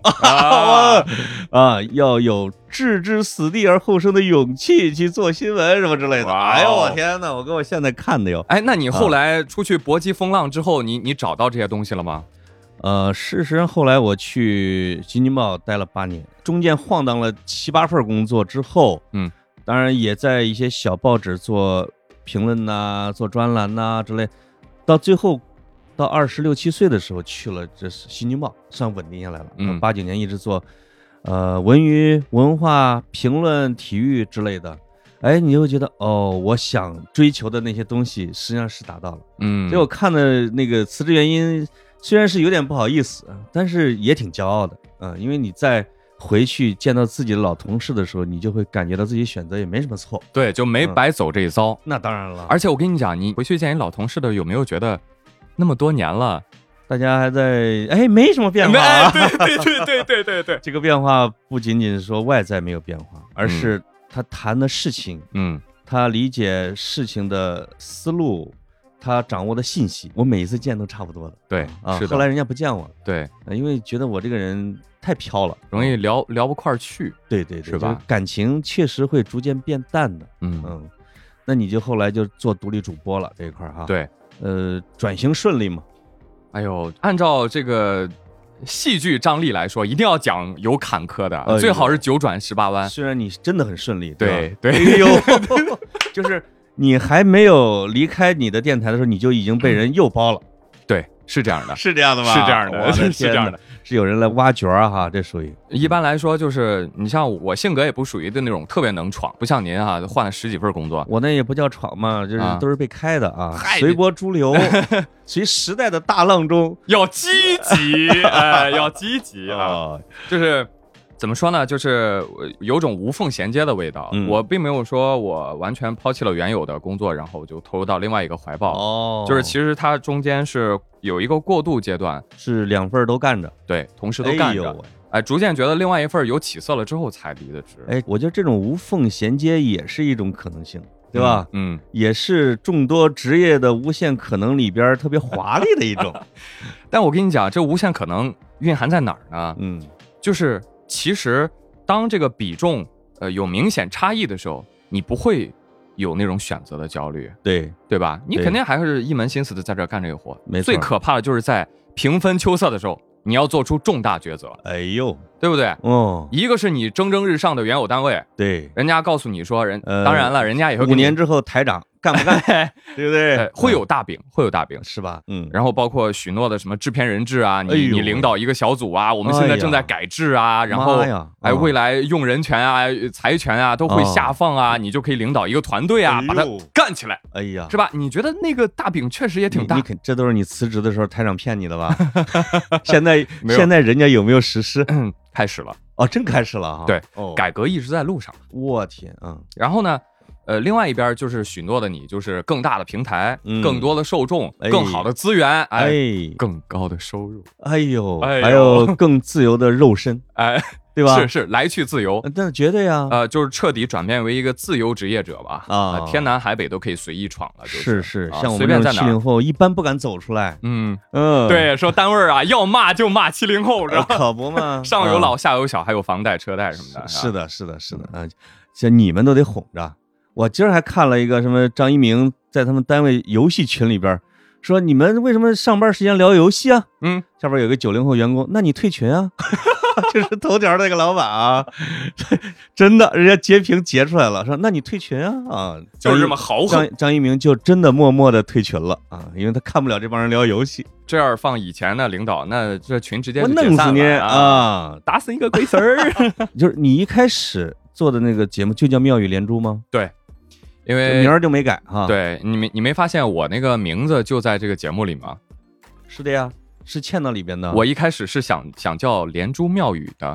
要有置之死地而后生的勇气去做新闻什么之类的。哎呦我天哪，我跟我现在看的哟。 那你后来出去搏击风浪之后，你找到这些东西了吗？ 事实上后来我去《新京报》待了8年，中间晃荡了7、8份工作之后，当然也在一些小报纸做评论呐、做专栏呐之类，到最后到26、27岁的时候去了这是《新京报》，算稳定下来了。8、9年一直做文娱、文化评论、体育之类的。你就觉得我想追求的那些东西实际上是达到了。所以我看的那个辞职原因虽然是有点不好意思，但是也挺骄傲的。因为你在回去见到自己的老同事的时候，你就会感觉到自己选择也没什么错。 对，就没白走这一遭。 那当然了。 而且我跟你讲，你回去见你老同事的，有没有觉得那么多年了， 大家还在没什么变化？ 对， 这个变化不仅仅是说外在没有变化，而是他谈的事情，他理解事情的思路，他掌握的信息，我每一次见都差不多的。 对，是的。 后来人家不见我了， 对， 因为觉得我这个人太飘了， 容易聊不块去。 对， 是吧？ 感情确实会逐渐变淡的。那你就后来就做独立主播了这一块哈。 对。 转型顺利吗？ 哎呦，按照这个戏剧张力来说，一定要讲有坎坷的，最好是9转18弯。 虽然你真的很顺利， 对， 就是你还没有离开你的电台的时候，你就已经被人诱包了。 对，是这样的， 是这样的吗？ 是这样的， 是这样的，是有人来挖角哈，这属于。 一般来说，就是你像我性格也不属于的那种特别能闯，不像您换了10几份工作。 我那也不叫闯嘛，就是都是被开的随波逐流，随时代的大浪中要积极，要积极就是怎么说呢？就是有种无缝衔接的味道。我并没有说我完全抛弃了原有的工作，然后就投入到另外一个怀抱。就是其实它中间是有一个过渡阶段， 是2份都干着， 对，同时都干着。逐渐觉得另外一份有起色了之后才离的职。 我觉得这种无缝衔接也是一种可能性，对吧？也是众多职业的无限可能里边特别华丽的一种。 但我跟你讲，这无限可能蕴含在哪儿呢？就是其实当这个比重有明显差异的时候，你不会有那种选择的焦虑，对吧？你肯定还是一门心思的在这干这个活。 没错。 最可怕的就是在平分秋色的时候，你要做出重大抉择。对不对？一个是你蒸蒸日上的原有单位， 对， 人家告诉你说当然了，人家也会 5年之后台长干不干，对不对？ 会有大饼， 是吧？ 然后包括许诺的什么制片人制啊，你领导一个小组啊，我们现在正在改制啊，然后未来用人权啊、财权啊都会下放啊，你就可以领导一个团队啊，把它干起来。是吧？你觉得那个大饼确实也挺大。 这都是你辞职的时候台长骗你的吧？现在人家有没有实施？ 开始了真开始了对，改革一直在路上。 我天然后呢，另外一边就是许诺的你，就是更大的平台，更多的受众，更好的资源，更高的收入， 还有更自由的肉身，对吧？ 是来去自由， 那绝对啊， 就是彻底转变为一个自由职业者吧，天南海北都可以随意闯了， 是，像我们这种70后一般不敢走出来， 对，说单位要骂就骂70后，知道可不嘛， 上有老下有小，还有房贷车贷什么的， 是的像你们都得哄着。我今儿还看了一个什么张一鸣在他们单位游戏群里边说，你们为什么上班时间聊游戏啊？下边有个90后员工，那你退群啊？这是头条那个老板真的，人家截屏截出来了，说那你退群啊？ 就是这么豪横。 张一鸣就真的默默的退群了因为他看不了这帮人聊游戏。 这样放以前的领导，那这群直接就弄死你打死一个龟丝儿。 就是你一开始做的那个节目就叫妙语连珠吗？ 对，因为名儿就没改对，你没发现我那个名字就在这个节目里吗？ 是的呀，是嵌到里边的。 我一开始是想叫连珠妙语的，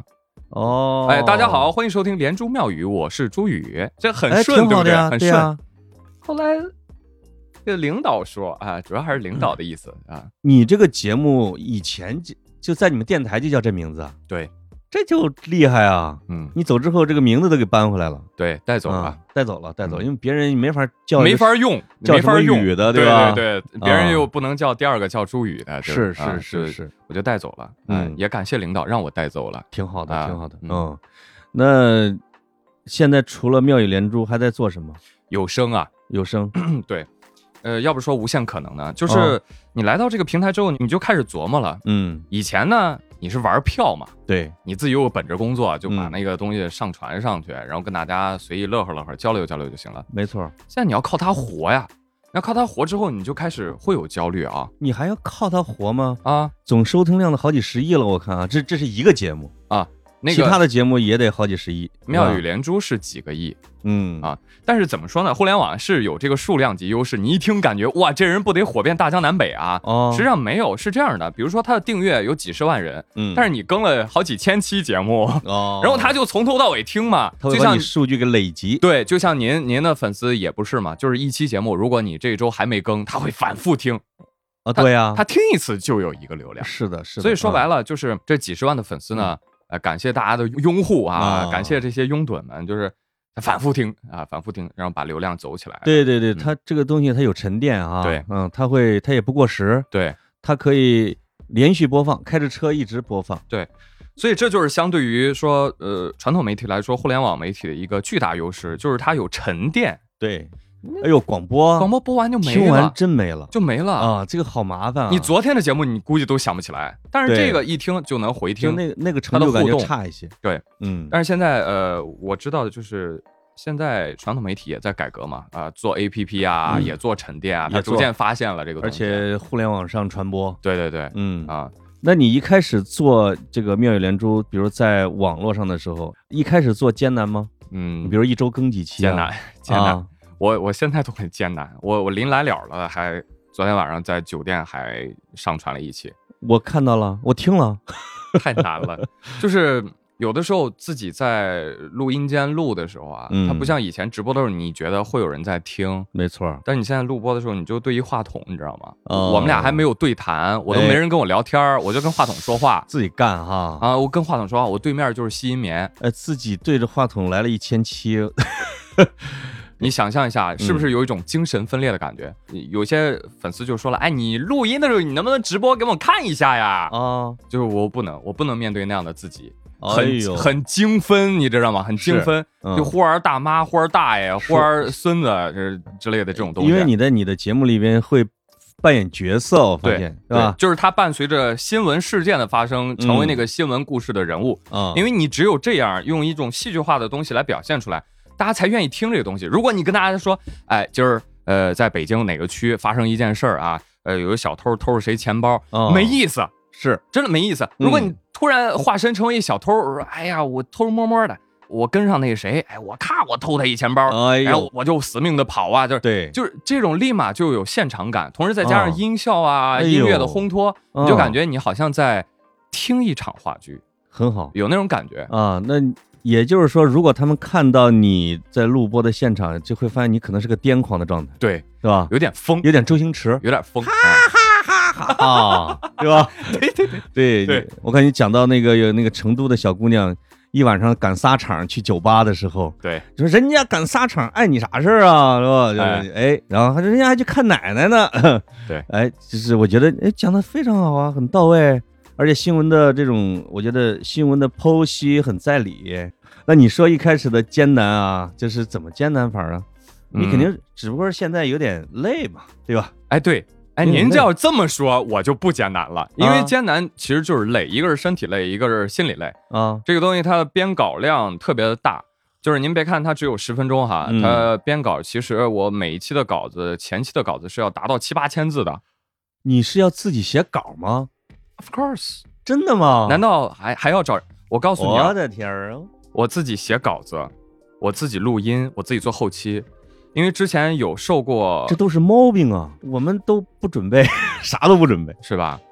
哦， 哎，大家好，欢迎收听连珠妙语，我是朱宇，这很顺， 挺好的呀， 对不对？很顺。后来这个领导说啊，主要还是领导的意思啊。 你这个节目以前就在你们电台就叫这名字啊？ 对。 这就厉害啊！你走之后，这个名字都给搬回来了。 对，带走了， 带走了，因为别人没法叫， 没法用， 叫什么语的，对吧？ 对，别人又不能叫第二个叫朱宇的， 是， 我就带走了。也感谢领导让我带走了， 挺好的，挺好的。那现在除了妙语连珠，还在做什么？ 有声啊， 有声， 对。要不说无限可能呢，就是你来到这个平台之后，你就开始琢磨了。以前呢，你是玩票嘛， 对， 你自己有个本职工作，就把那个东西上传上去，然后跟大家随意乐呵乐呵，交流交流就行了。 没错， 现在你要靠它活呀，要靠它活之后，你就开始会有焦虑啊。 你还要靠它活吗？ 啊， 总收听量的好几十亿了，我看啊，这是一个节目啊。 其他的节目也得好几十亿， 妙语连珠是几个亿，但是怎么说呢？互联网是有这个数量级优势，你一听感觉哇，这人不得火遍大江南北啊？实际上没有，是这样的，比如说他的订阅有几十万人，但是你更了好几千期节目，然后他就从头到尾听嘛， 他会把你数据给累积， 对，就像您的粉丝也不是嘛，就是一期节目，如果你这一周还没更，他会反复听。 对呀， 他听一次就有一个流量， 是的， 所以说白了就是这几十万的粉丝呢。感谢大家的拥护啊！感谢这些拥趸们，就是反复听啊，反复听，然后把流量走起来。 对，它这个东西它有沉淀啊， 对， 它也不过时， 对， 它可以连续播放，开着车一直播放， 对，所以这就是相对于说传统媒体来说，互联网媒体的一个巨大优势，就是它有沉淀， 对。哎呦，广播播完就没了， 听完真没了， 就没了啊！这个好麻烦啊！ 你昨天的节目你估计都想不起来，但是这个一听就能回听， 就那个成就感就差一些。 对，但是现在我知道的就是现在传统媒体也在改革嘛，做 APP 啊，也做沉淀啊，它逐渐发现了这个东西，而且互联网上传播。 对， 那你一开始做这个妙语连珠，比如在网络上的时候，一开始做艰难吗？比如一周更几期？ 艰难。我现在都很艰难，我临来了，还昨天晚上在酒店还上传了一期， 我看到了，我听了， 太难了。就是有的时候自己在录音间录的时候啊，它不像以前直播的时候，你觉得会有人在听， 没错。 但你现在录播的时候，你就对一话筒，你知道吗？我们俩还没有对谈，我都没人跟我聊天，我就跟话筒说话， 自己干哈啊！我跟话筒说话，我对面就是吸音棉， 自己对着话筒来了1000期。 你想象一下，是不是有一种精神分裂的感觉？有些粉丝就说了：“哎，你录音的时候，你能不能直播给我看一下呀？”就是我不能面对那样的自己，很精分，你知道吗？很精分，就忽儿大妈、忽儿大爷、忽儿孙子之类的这种东西。 因为你在你的节目里边会扮演角色，我发现是吧？ 就是他伴随着新闻事件的发生，成为那个新闻故事的人物。因为你只有这样用一种戏剧化的东西来表现出来，大家才愿意听这个东西。如果你跟大家说，哎，今儿在北京哪个区发生一件事儿啊，有个小偷偷了谁钱包，没意思， 是真的没意思。如果你突然化身成为一小偷，说，哎呀，我偷偷摸摸的，我跟上那个谁，哎，我偷他一钱包，然后我就死命的跑啊，就是这种立马就有现场感，同时再加上音效啊、音乐的烘托，你就感觉你好像在听一场话剧， 很好， 有那种感觉啊。那也就是说，如果他们看到你在录播的现场，就会发现你可能是个癫狂的状态， 对， 是吧？ 有点疯， 有点周星驰， 有点疯， 哈哈哈哈啊，对吧？对，我看你讲到那个有那个成都的小姑娘，一晚上赶撒场去酒吧的时候， 对， 就说人家赶撒场，碍你啥事儿啊，是吧？然后人家还去看奶奶呢， 对， 就是我觉得讲的非常好啊，很到位。而且新闻的这种，我觉得新闻的剖析很在理。那你说一开始的艰难啊，就是怎么艰难法啊？你肯定只不过是现在有点累嘛，对吧？ 对，您要这么说，我就不艰难了，因为艰难其实就是累，一个是身体累，一个是心理累啊。这个东西它的编稿量特别的大，就是您别看它只有10分钟哈，它编稿其实我每一期的稿子，前期的稿子是要达到7-8千字的。 你是要自己写稿吗？ Of course， 真的吗？ 难道还要找？我告诉你， 我的天啊！ 我自己写稿子，我自己录音，我自己做后期，因为之前有受过， 这都是毛病啊！我们都不准备，啥都不准备， 是吧？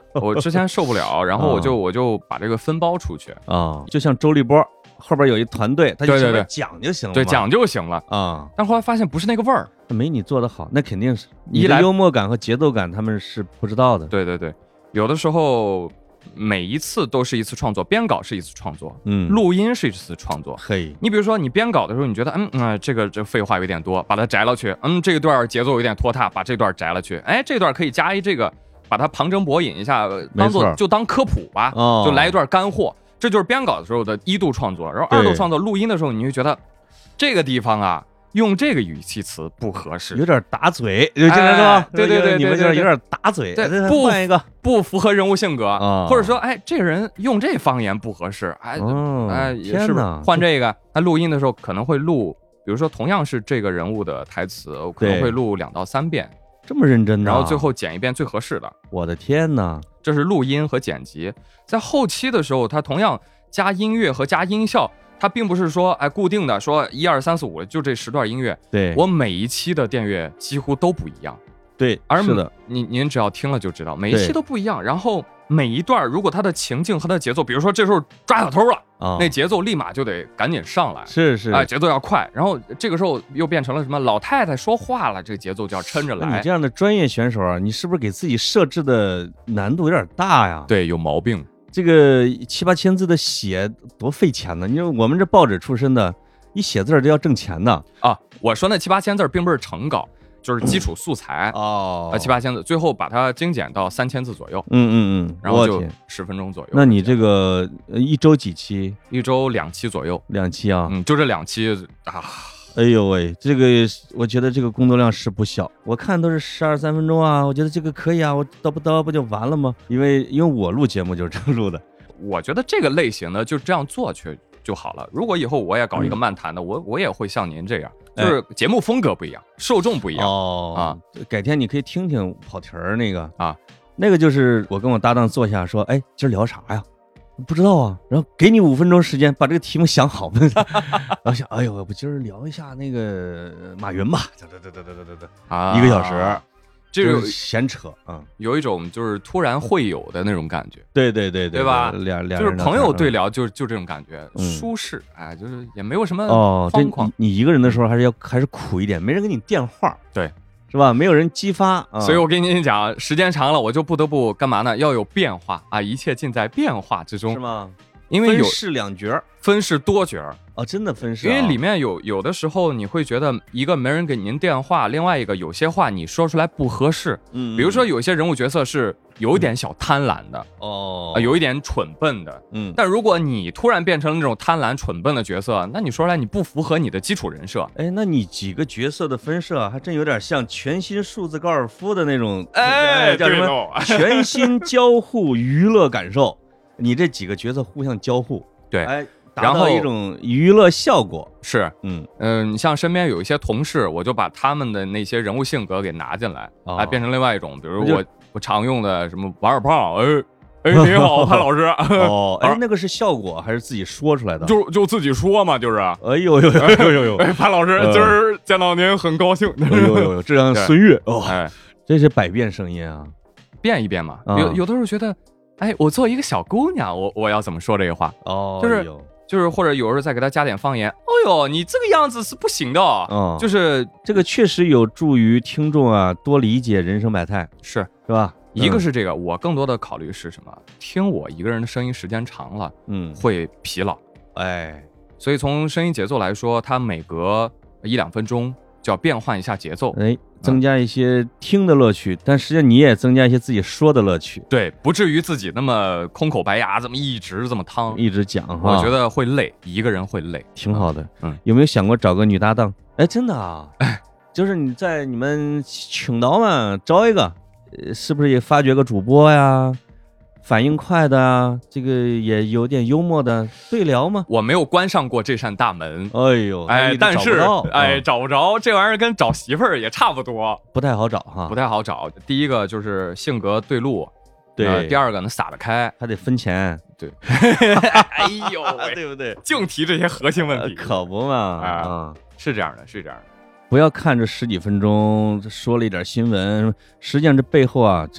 我之前受不了，然后我就把这个分包出去啊，就像周立波后边有一团队，他就讲就行了， 对，讲就行了啊。 但后来发现不是那个味儿， 没你做的好，那肯定是你的幽默感和节奏感他们是不知道的。 对，有的时候。每一次都是一次创作，编稿是一次创作，录音是一次创作。 嘿， 你比如说你编稿的时候，你觉得这废话有点多，把它摘了去。这段节奏有点拖沓，把这段摘了去。哎，这段可以加一这个，把它旁征博引一下，当科普吧，就来一段干货。这就是编稿的时候的一度创作，然后二度创作录音的时候，你就觉得这个地方啊。用这个语气词不合适， 有点打嘴，就经常说， 对， 你们就是有点打嘴，换一个不符合人物性格，或者说，哎，这个人用这方言不合适，是不是换这个？他录音的时候可能会录，比如说同样是这个人物的台词，我可能会录2到3遍， 这么认真的， 然后最后剪一遍最合适的。 我的天哪， 这是录音和剪辑，在后期的时候，他同样加音乐和加音效。它并不是说固定的说1、2、3、4、5就这10段音乐， 对， 我每一期的电乐几乎都不一样， 对， 是的， 您只要听了就知道，每一期都不一样。然后每一段如果它的情境和它的节奏，比如说这时候抓小偷了，那节奏立马就得赶紧上来， 是节奏要快。然后这个时候又变成了什么老太太说话了，这个节奏就要抻着来。 你这样的专业选手啊，你是不是给自己设置的难度有点大呀？ 对，有毛病。 这个7、8千字的写多费钱呢？因为我们这报纸出身的，一写字都要挣钱的啊。我说那7、8千字并不是成稿，就是基础素材7、8千字，最后把它精简到3000字左右。然后就10分钟左右。 那你这个一周几期 ？1周2期左右。 2期啊？ 就这2期啊。 哎呦喂，这个我觉得这个工作量是不小，我看都是12、3分钟啊，我觉得这个可以啊，我叨不就完了吗？因为我录节目就是这样录的， 我觉得这个类型的就这样做去就好了。如果以后我也搞一个漫谈的，我也会像您这样，就是节目风格不一样，受众不一样改天你可以听听跑题儿那个那个就是我跟我搭档坐下说，哎，今儿聊啥呀？不知道啊，然后给你5分钟时间把这个题目想好，然后想，哎呦，我今儿聊一下那个马云吧，1个小时， 这就是闲扯有一种就是突然会友的那种感觉， 对吧？ 两就是朋友对聊，就这种感觉，舒适，就是也没有什么框框。 你一个人的时候还是苦一点，没人给你电话， 对。 是吧？没有人激发， 所以我跟您讲，时间长了，我就不得不干嘛呢？要有变化啊！一切尽在变化之中， 是吗？ 因为有分饰2角， 分饰多角真的分饰。 因为里面有的时候你会觉得一个没人给您电话，另外一个有些话你说出来不合适。比如说有些人物角色是有一点小贪婪的有一点蠢笨的。但如果你突然变成了那种贪婪蠢笨的角色，那你说出来你不符合你的基础人设。 哎，那你几个角色的分设还真有点像全新数字高尔夫的那种，叫什么？全新交互娱乐感受。你这几个角色互相交互， 对， 达到一种娱乐效果。 是，你像身边有一些同事，我就把他们的那些人物性格给拿进来，变成另外一种，比如我常用的什么王二胖，你好，潘老师。 那个是效果还是自己说出来的？ 就自己说嘛，就是。 哎呦， 潘老师，今儿见到您很高兴。 哎呦，这样岁月这是百变声音啊， 变一变嘛。有的时候觉得。我做一个小姑娘，我要怎么说这个话？就是或者有时候再给她加点方言。你这个样子是不行的。就是这个确实有助于听众多理解人生百态， 是吧？ 一个是这个，我更多的考虑是什么？听我一个人的声音时间长了，会疲劳。所以从声音节奏来说，它每隔1、2分钟就要变换一下节奏。 增加一些听的乐趣，但实际上你也增加一些自己说的乐趣。 对，不至于自己那么空口白牙，这么一直这么趟， 一直讲。 我觉得会累，一个人会累， 挺好的。有没有想过找个女搭档？真的啊，就是你在你们青岛嘛找一个，是不是也发掘个主播呀？反应快的啊，这个也有点幽默的，对聊吗？ 我没有关上过这扇大门。但是找不着，这玩意儿跟找媳妇儿也差不多， 不太好找哈， 不太好找。第一个就是性格对路， 对， 第二个呢撒得开， 还得分钱， 对。哎呦喂， 对不对？ 净提这些核心问题， 可不嘛是这样的，是这样的。 不要看这10几分钟说了一点新闻，实际上这背后这是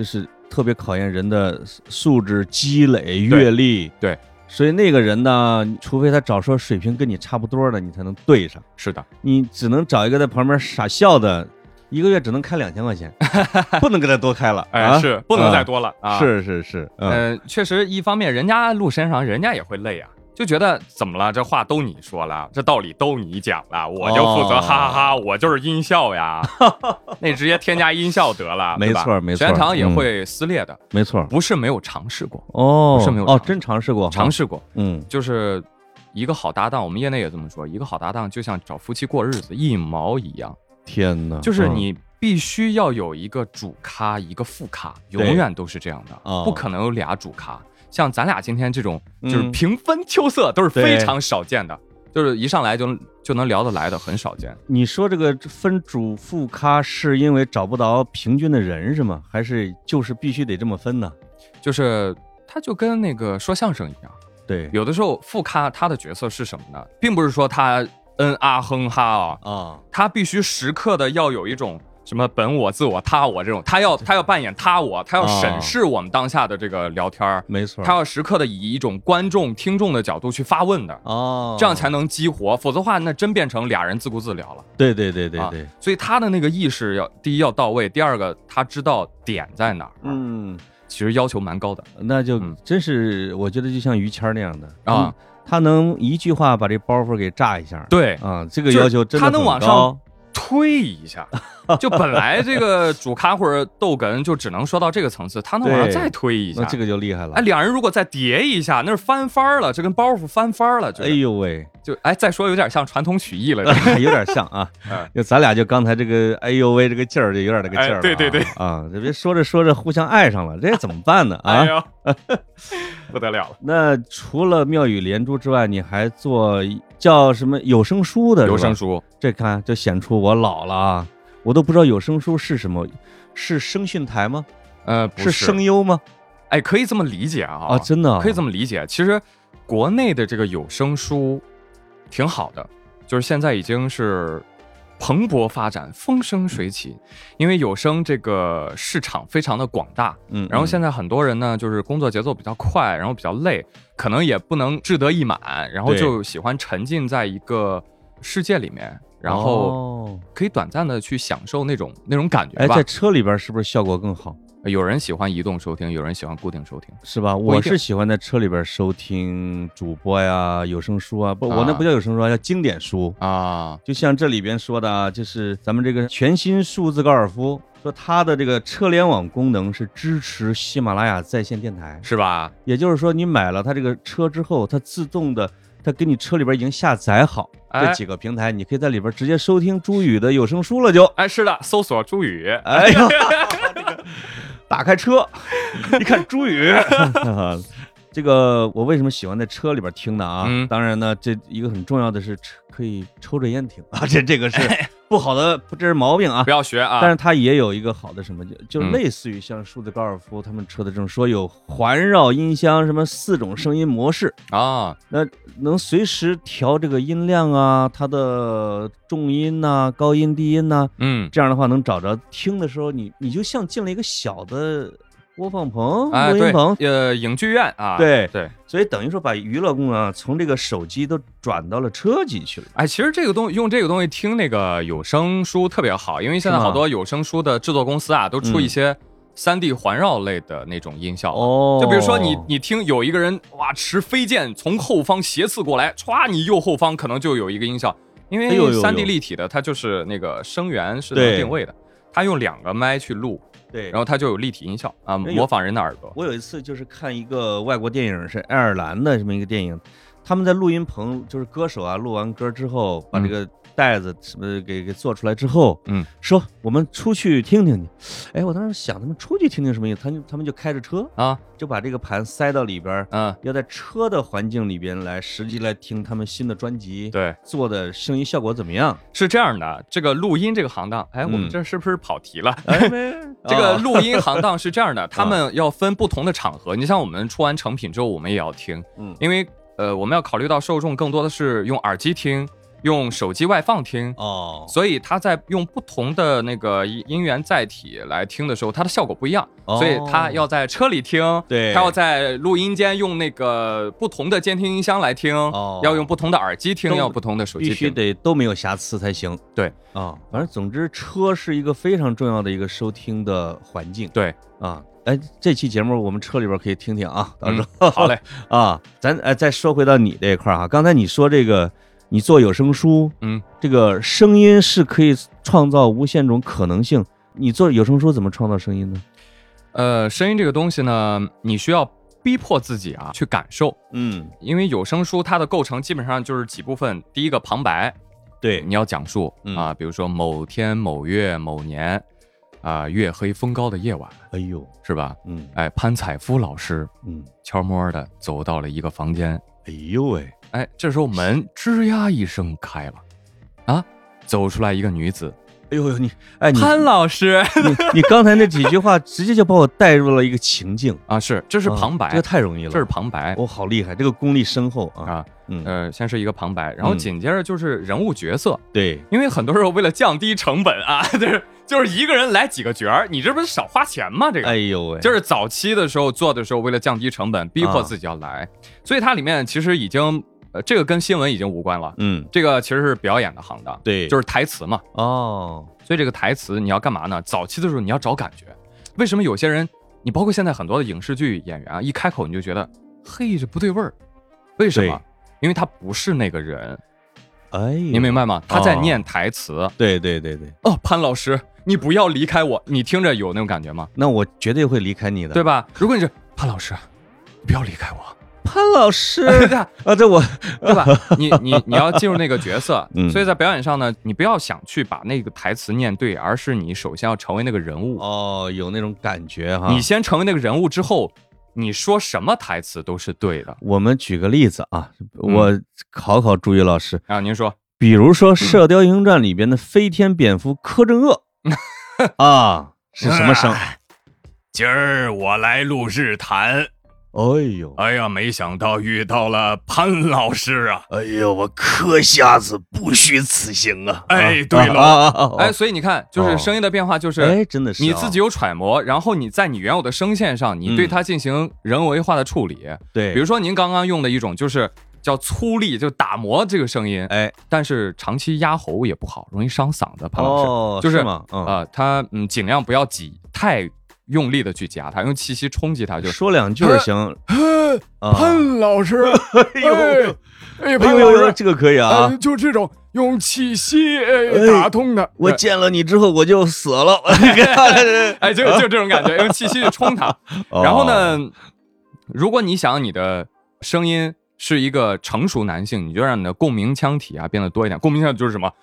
特别考验人的素质积累阅历。 对， 所以那个人呢，除非他找说水平跟你差不多的，你才能对上。 是的， 你只能找一个在旁边傻笑的，一个月只能开2000块钱，不能给他多开了。 是不能再多了啊！ 是， 确实，一方面人家录身上，人家也会累啊。就觉得怎么了？这话都你说了，这道理都你讲了，我就负责哈哈哈，我就是音效呀，那直接添加音效得了， 没错， 全场也会撕裂的， 没错， 不是没有尝试过不是没有真尝试过， 就是一个好搭档，我们业内也这么说，一个好搭档就像找夫妻过日子一毛一样。 天哪， 就是你必须要有一个主咖，一个副咖，永远都是这样的，不可能有俩主咖。像咱俩今天这种就是平分秋色都是非常少见的，就是一上来就能聊得来的，很少见。 你说这个分主副咖是因为找不着平均的人是吗？还是就是必须得这么分呢？ 就是他就跟那个说相声一样， 对， 有的时候副咖他的角色是什么呢？并不是说他啊哼哈他必须时刻的要有一种什么本我、自我、他我这种，他要扮演他我，他要审视我们当下的这个聊天， 没错， 他要时刻的以一种观众、听众的角度去发问的这样才能激活，否则的话那真变成俩人自顾自聊了。 对， 所以他的那个意识第一要到位，第二个他知道点在哪儿，其实要求蛮高的， 那就真是我觉得就像于谦那样的他能一句话把这包袱给炸一下， 对这个要求真的很高， 他能往上推一下，就本来这个主咖或者逗哏就只能说到这个层次，他能往上再推一下， 那这个就厉害了。 两人如果再叠一下，那是翻番了，这跟包袱翻番了。 哎呦喂， 就再说有点像传统曲艺了， 有点像啊。就咱俩就刚才这个哎呦喂这个劲儿，就有点那个劲儿了。 对这别说着互相爱上了，这怎么办呢？ 哎呦，不得了了。 那除了妙语连珠之外，你还做叫什么有声书的？ 有声书， 这看就显出我老了啊！我都不知道有声书是什么，是声讯台吗？ 不是声优吗？ 哎，可以这么理解啊！ 真的可以这么理解。其实国内的这个有声书挺好的，就是现在已经是蓬勃发展，风生水起。因为有声这个市场非常的广大，然后现在很多人呢，就是工作节奏比较快，然后比较累，可能也不能志得意满，然后就喜欢沉浸在一个世界里面，然后可以短暂的去享受那种感觉吧。 在车里边是不是效果更好？ 有人喜欢移动收听，有人喜欢固定收听， 是吧？我是喜欢在车里边收听主播呀、有声书啊，我那不叫有声书啊，叫经典书啊。 就像这里边说的啊，就是咱们这个全新数字高尔夫，说它的这个车联网功能是支持喜马拉雅在线电台， 是吧？ 也就是说，你买了它这个车之后，它自动的，它给你车里边已经下载好这几个平台，你可以在里边直接收听朱宇的有声书了就。 是的，搜索朱宇。 哎呀，打开车，一看朱宇。这个我为什么喜欢在车里边听呢啊？当然呢，这一个很重要的是可以抽着烟听啊，这个是不好的，这是毛病啊， 不要学啊。 但是它也有一个好的什么，就类似于像数字高尔夫他们车的这种说有环绕音箱，什么4种声音模式啊， 那能随时调这个音量啊，它的重音呐、高音、低音呐，这样的话能找着听的时候，你就像进了一个小的播放棚、录音棚， 影剧院啊， 对， 所以等于说把娱乐功能从这个手机都转到了车机去了。 其实用这个东西听那个有声书特别好，因为现在好多有声书的制作公司啊，都出一些3D 环绕类的那种音效。就比如说你听有一个人持飞剑从后方斜刺过来，歘，你右后方可能就有一个音效，因为 3D 立体的它就是那个声源是能定位的，它用2个麦去录。 对， 然后它就有立体音效啊，模仿人的耳朵。 我有一次就是看一个外国电影，是爱尔兰的这么一个电影，他们在录音棚，就是歌手啊，录完歌之后，把这个袋子什么给做出来之后，说我们出去听听去。哎，我当时想，他们出去听听什么意思？他们就开着车啊， 就把这个盘塞到里边，要在车的环境里边来实际来听他们新的专辑， 对， 做的声音效果怎么样？ 是这样的，这个录音这个行当，我们这是不是跑题了？这个录音行当是这样的，他们要分不同的场合。你像我们出完成品之后，我们也要听，因为我们要考虑到受众更多的是用耳机听。 用手机外放听所以他在用不同的那个音源载体来听的时候，它的效果不一样，所以他要在车里听， 对， 他要在录音间用那个不同的监听音箱来听，要用不同的耳机听，要不同的手机听， 必须得都没有瑕疵才行。 对反正总之车是一个非常重要的一个收听的环境。 对这期节目我们车里边可以听听啊，到时候好嘞咱再说回到你这一块啊，刚才你说这个你做有声书，这个声音是可以创造无限种可能性，你做有声书怎么创造声音呢？声音这个东西呢，你需要逼迫自己去感受，因为有声书它的构成基本上就是几部分，第一个旁白， 对， 你要讲述比如说某天某月某年月黑风高的夜晚， 哎呦， 是吧？潘采夫老师，悄摸的走到了一个房间， 哎呦喂， 这时候门吱呀一声开了，走出来一个女子， 哎呦，你潘老师， 你刚才那几句话直接就把我带入了一个情境这是旁白， 这个太容易了， 这是旁白， 好厉害，这个功力深厚先是一个旁白，然后紧接着就是人物角色， 对， 因为很多时候为了降低成本就是一个人来几个角儿，你这不是少花钱吗？这个， 哎呦喂， 就是早期的时候做的时候，为了降低成本，逼迫自己要来，所以它里面其实已经，这个跟新闻已经无关了，这个其实是表演的行当， 对， 就是台词嘛，所以这个台词你要干嘛呢？早期的时候你要找感觉，为什么有些人，你包括现在很多的影视剧演员一开口你就觉得，嘿，这不对味儿，为什么？因为他不是那个人。你明白吗？他在念台词。 对。 潘老师，你不要离开我，你听着有那种感觉吗？ 那我绝对会离开你的， 对吧？如果你是潘老师，不要离开我， 潘老师这我对吧？你要进入那个角色，所以在表演上呢，你不要想去把那个台词念对，而是你首先要成为那个人物。 有那种感觉哈。 你先成为那个人物之后，你说什么台词都是对的。 我们举个例子我考朱宇老师您说， 比如说《射雕英雄传》里边的飞天蝙蝠柯镇恶是什么声？ 今儿我来录日谈。哎呀，没想到遇到了潘老师啊！ 哎呦，我柯瞎子不虚此行啊！ 对了，所以你看，就是声音的变化，就是真的是你自己有揣摩，然后你在你原有的声线上，你对它进行人为化的处理。 对， 比如说您刚刚用的一种就是叫粗粝，就打磨这个声音，但是长期压喉也不好，容易伤嗓子。潘老师，就是吗？ 他尽量不要挤太用力的去夹它，用气息冲击它，就说两句行。 潘老师， 潘老师，这个可以就这种用气息打通的。 我见了你之后我就死了， 就这种感觉，用气息去冲它。然后呢，如果你想你的声音是一个成熟男性，你就让你的共鸣腔体变得多一点。共鸣腔就是什么？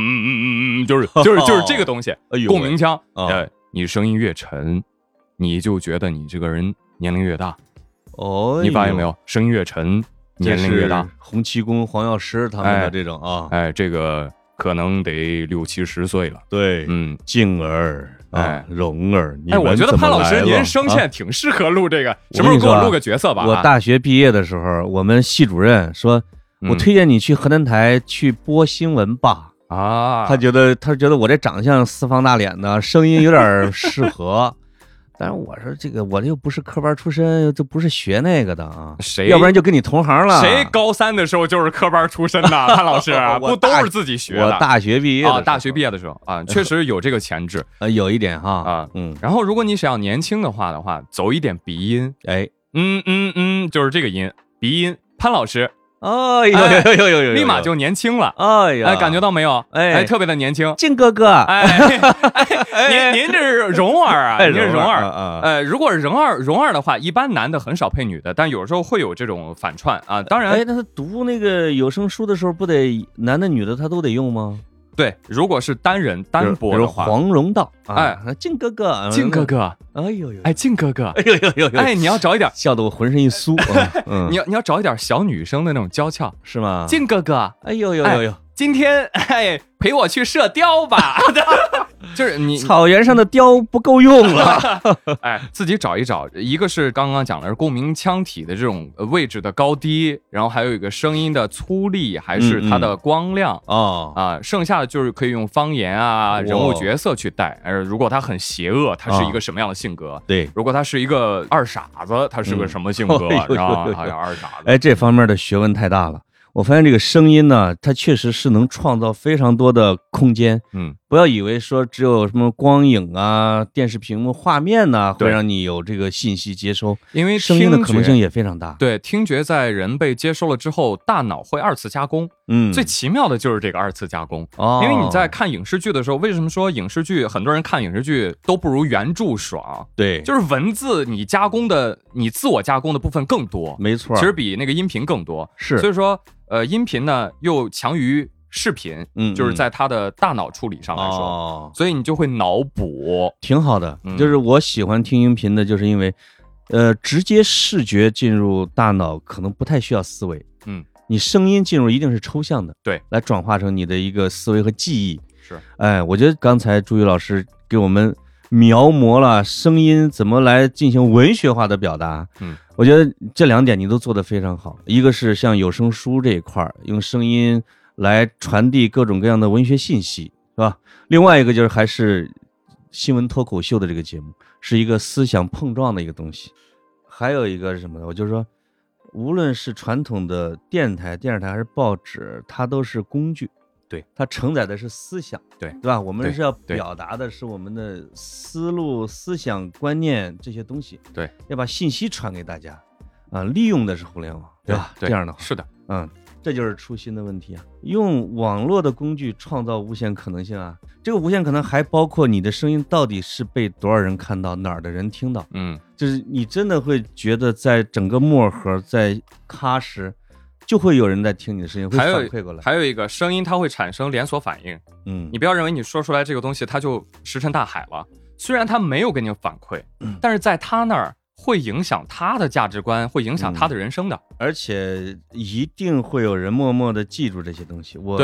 就是这个东西。共鸣腔。你声音越沉，你就觉得你这个人年龄越大。你发现没有？声音越沉，年龄越大。 洪七公、黄药师他们的这种这个可能得60、70岁了。 对，静儿蓉儿， 我觉得潘老师您声线挺适合录这个，什么时候给我录个角色吧？ 我大学毕业的时候，我们系主任说，我推荐你去河南台去播新闻吧。他觉得我这长相四方大脸的，声音有点适合。但是我说这个我又不是科班出身，就不是学那个的谁？ 要不然就跟你同行了。 谁高3的时候就是科班出身的？潘老师不都是自己学的？ 我大学毕业大学毕业的时候确实有这个潜质有一点然后如果你想要年轻的话，走一点鼻音，就是这个音，鼻音。潘老师。 有， 立马就年轻了。感觉到没有？特别的年轻。 靖哥哥， 您这是蓉儿您是蓉儿。如果是蓉儿的话，一般男的很少配女的，但有时候会有这种反串当然， 那他读那个有声书的时候，不得男的女的他都得用吗？ 对，如果是单人单播的话， 黄蓉道，靖哥哥， 靖哥哥，靖哥哥，你要找一点， 笑得我浑身一酥。 你要找一点小女生的那种娇俏， 是吗？ 靖哥哥， 呦， 今天陪我去射雕吧。 就是你草原上的雕不够用了。 哎，自己找一找，一个是刚刚讲的是共鸣腔体的这种位置的高低，然后还有一个声音的粗粝，还是它的光亮剩下的就是可以用方言啊、人物角色去带。如果他很邪恶，他是一个什么样的性格？ 对， 如果他是一个二傻子，他是个什么性格？好像二傻子。 哎，这方面的学问太大了。我发现这个声音呢，它确实是能创造非常多的空间。不要以为说只有什么光影啊、电视屏幕画面呢，会让你有这个信息接收， 因为声音的可能性也非常大。 对，听觉在人被接收了之后，大脑会二次加工。最奇妙的就是这个二次加工。因为你在看影视剧的时候，为什么说影视剧很多人看影视剧都不如原著爽？ 对， 就是文字你加工的，你自我加工的部分更多。 没错， 其实比那个音频更多。 是， 所以说音频呢又强于视频，就是在它的大脑处理上来说，所以你就会脑补， 挺好的。就是我喜欢听音频的，就是因为，直接视觉进入大脑可能不太需要思维，你声音进入一定是抽象的， 对， 来转化成你的一个思维和记忆。 是， 哎，我觉得刚才朱宇老师给我们描摹了声音怎么来进行文学化的表达，我觉得这2点你都做得非常好。一个是像有声书这一块，用声音来传递各种各样的文学信息，是吧？另外一个就是还是新闻脱口秀的这个节目，是一个思想碰撞的一个东西。还有一个是什么呢？我就是说，无论是传统的电台、电视台还是报纸，它都是工具。 对， 它承载的是思想， 对吧？我们是要表达的是我们的思路、思想、观念这些东西， 对， 要把信息传给大家，利用的是互联网，对吧？这样的话， 是的， 这就是初心的问题啊！用网络的工具创造无限可能性啊！这个无限可能还包括你的声音到底是被多少人看到，哪儿的人听到，就是你真的会觉得在整个漠河，在喀什。就会有人在听你的声音，会反馈过来。 还有一个声音，它会产生连锁反应。你不要认为你说出来这个东西，它就石沉大海了。虽然它没有给你反馈，但是在他那儿会影响他的价值观，会影响他的人生的。 而且一定会有人默默的记住这些东西。我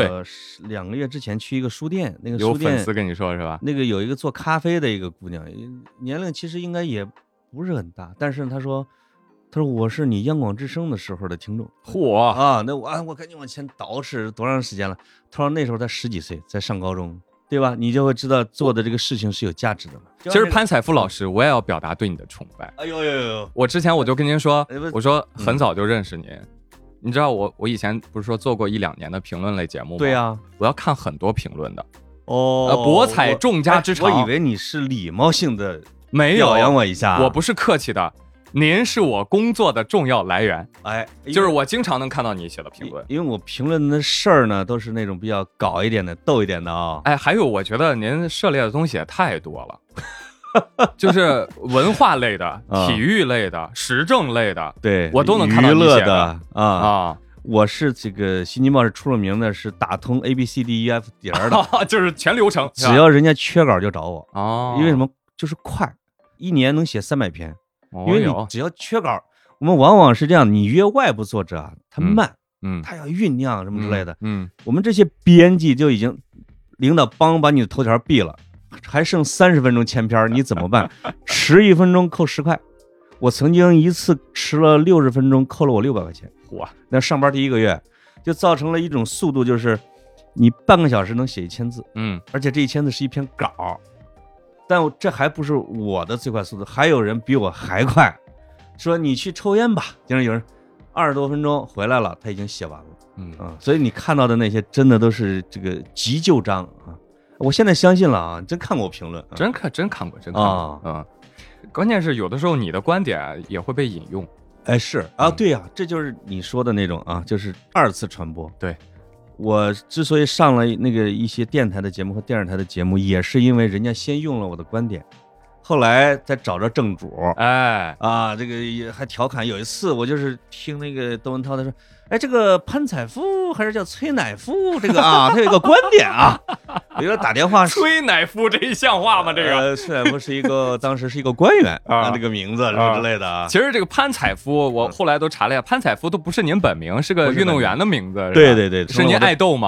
2个月之前去一个书店，那个书店有粉丝跟你说是吧？ 那个有一个做咖啡的一个姑娘，年龄其实应该也不是很大，但是她说我是你央广之声的时候的听众。 嚯啊，那我赶紧往前倒饬多长时间了？他说那时候才10几岁，在上高中，对吧？你就会知道做的这个事情是有价值的嘛。 其实潘采夫老师，我也要表达对你的崇拜。 哎呦！ 我之前我就跟您说，我说很早就认识您。你知道我以前不是说做过1、2年的评论类节目吗？ 对呀， 我要看很多评论的。博采众家之长。 我以为你是礼貌性的没有表扬我一下， 我不是客气的。您是我工作的重要来源，就是我经常能看到你写的评论， 因为我评论的事儿呢，都是那种比较搞一点的、逗一点的啊。 还有我觉得您涉猎的东西也太多了，就是文化类的、体育类的、时政类的， 对我都能看到你写的啊。我是这个《新京报》是出了名的，是打通 ABCDEF 点的， 就是全流程， 只要人家缺稿就找我因为什么？就是快，1年能写300篇。因为你只要缺稿，我们往往是这样，你约外部作者他慢，他要酝酿什么之类的，我们这些编辑就已经领导把你的头条毙了，还剩30分钟签篇，你怎么办？迟1分钟扣10块，我曾经一次迟了60分钟，扣了我600块钱。 哇！ 那上班第1个月就造成了一种速度，就是你半个小时能写1000字，而且这1000字是一篇稿。但这还不是我的最快速度，还有人比我还快，说你去抽烟吧，竟然有人20多分钟回来了，他已经写完了，所以你看到的那些真的都是这个急救章啊！我现在相信了啊，真看过评论， 真看过关键是有的时候你的观点也会被引用， 是啊，对呀，这就是你说的那种啊，就是2次传播， 对。 我之所以上了那个一些电台的节目和电视台的节目，也是因为人家先用了我的观点，后来再找着正主，这个也还调侃。有一次我就是听那个窦文涛他说，这个潘采夫还是叫崔乃夫这个他有一个观点我给他打电话。 崔乃夫这一像话吗？这个崔乃夫是当时是一个官员这个名字什么之类的其实这个潘采夫，我后来都查了一下，潘采夫都不是您本名，是个运动员的名字。 对， 是您爱豆吗？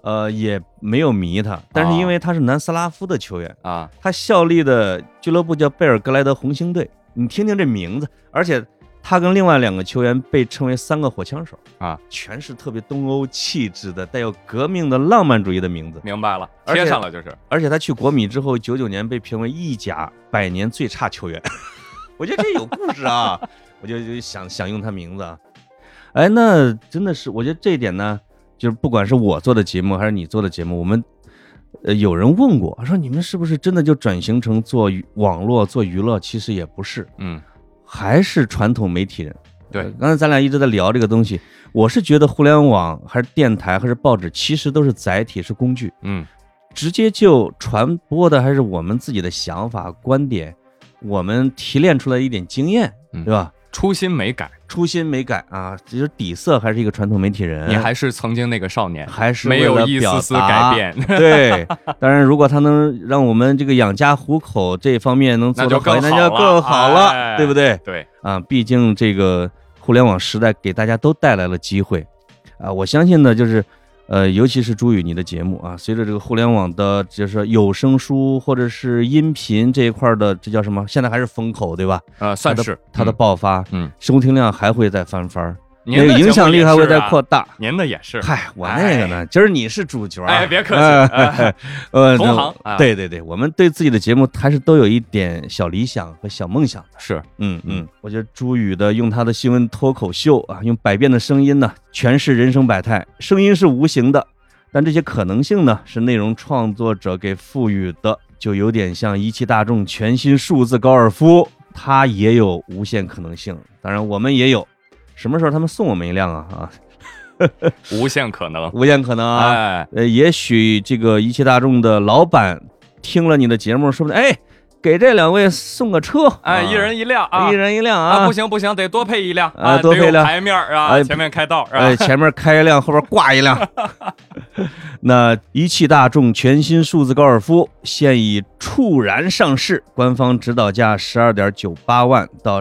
也没有迷他，但是因为他是南斯拉夫的球员啊， 他效力的俱乐部叫贝尔格莱德红星队，你听听这名字，而且他跟另外2个球员被称为3个火枪手啊， 全是特别东欧气质的、带有革命的浪漫主义的名字。 明白了，贴上了就是。 而且他去国米之后，99年被评为意甲100年最差球员。我觉得这有故事啊，我就想用他名字啊。哎，那真的是，我觉得这一点呢，就是不管是我做的节目还是你做的节目，我们有人问过，说你们是不是真的就转型成做网络、做娱乐？其实也不是，还是传统媒体人。 对， 刚才咱俩一直在聊这个东西，我是觉得互联网还是电台还是报纸，其实都是载体，是工具。直接就传播的还是我们自己的想法、观点，我们提炼出来一点经验，对吧？ 初心没改啊！其实底色还是一个传统媒体人， 你还是曾经那个少年， 还是没有一丝丝改变。 对，当然，如果他能让我们这个养家糊口这方面能做得好，那就更好了，对不对？ 对啊，毕竟这个互联网时代给大家都带来了机会啊！我相信呢，就是尤其是朱宇你的节目啊，随着这个互联网的就是有声书或者是音频这一块的，这叫什么？现在还是风口，对吧？ 算是它的爆发，收听量还会再翻番， 那个影响力还会再扩大。 您的也是， 嗨，我那个呢，今儿你是主角， 别客气，同行。 对，我们对自己的节目还是都有一点小理想和小梦想的。 是， 我觉得朱宇的用他的新闻脱口秀啊，用百变的声音呢，诠释人生百态。声音是无形的，但这些可能性呢，是内容创作者给赋予的，就有点像一汽大众全新数字高尔夫，它也有无限可能性。当然，我们也有。什么时候他们送我们一辆啊？ 无限可能， 无限可能啊！也许这个一汽大众的老板听了你的节目，说不定给这2位送个车， 一人一辆啊， 一人一辆啊！ 不行，得多配一辆啊，多配一辆牌面啊，前面开道前面开一辆，后边挂一辆。那一汽大众全新数字高尔夫现已猝然上市，官方指导价12.98万到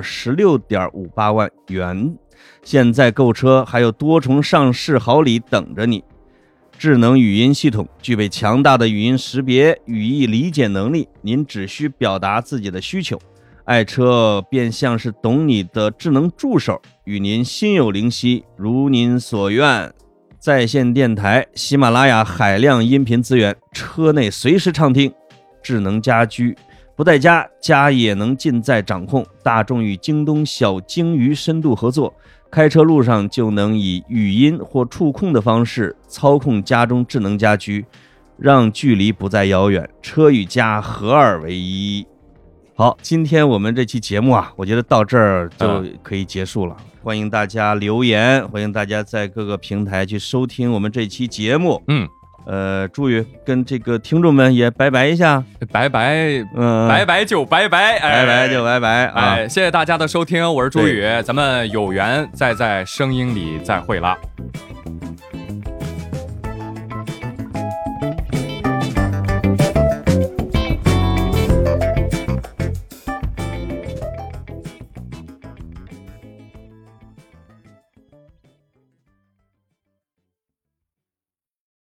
16.58万元。现在购车还有多重上市好礼等着你。智能语音系统具备强大的语音识别、语义理解能力，您只需表达自己的需求，爱车便像是懂你的智能助手，与您心有灵犀，如您所愿。在线电台、喜马拉雅海量音频资源，车内随时畅听。智能家居不在家，家也能尽在掌控。大众与京东小鲸鱼深度合作，开车路上就能以语音或触控的方式操控家中智能家居，让距离不再遥远，车与家合二为一。好，今天我们这期节目啊，我觉得到这儿就可以结束了。欢迎大家留言，欢迎大家在各个平台去收听我们这期节目。朱宇跟这个听众们也拜拜一下， 拜拜就拜拜， 拜拜就拜拜啊！ 谢谢大家的收听，我是朱宇，咱们有缘再在声音里再会啦。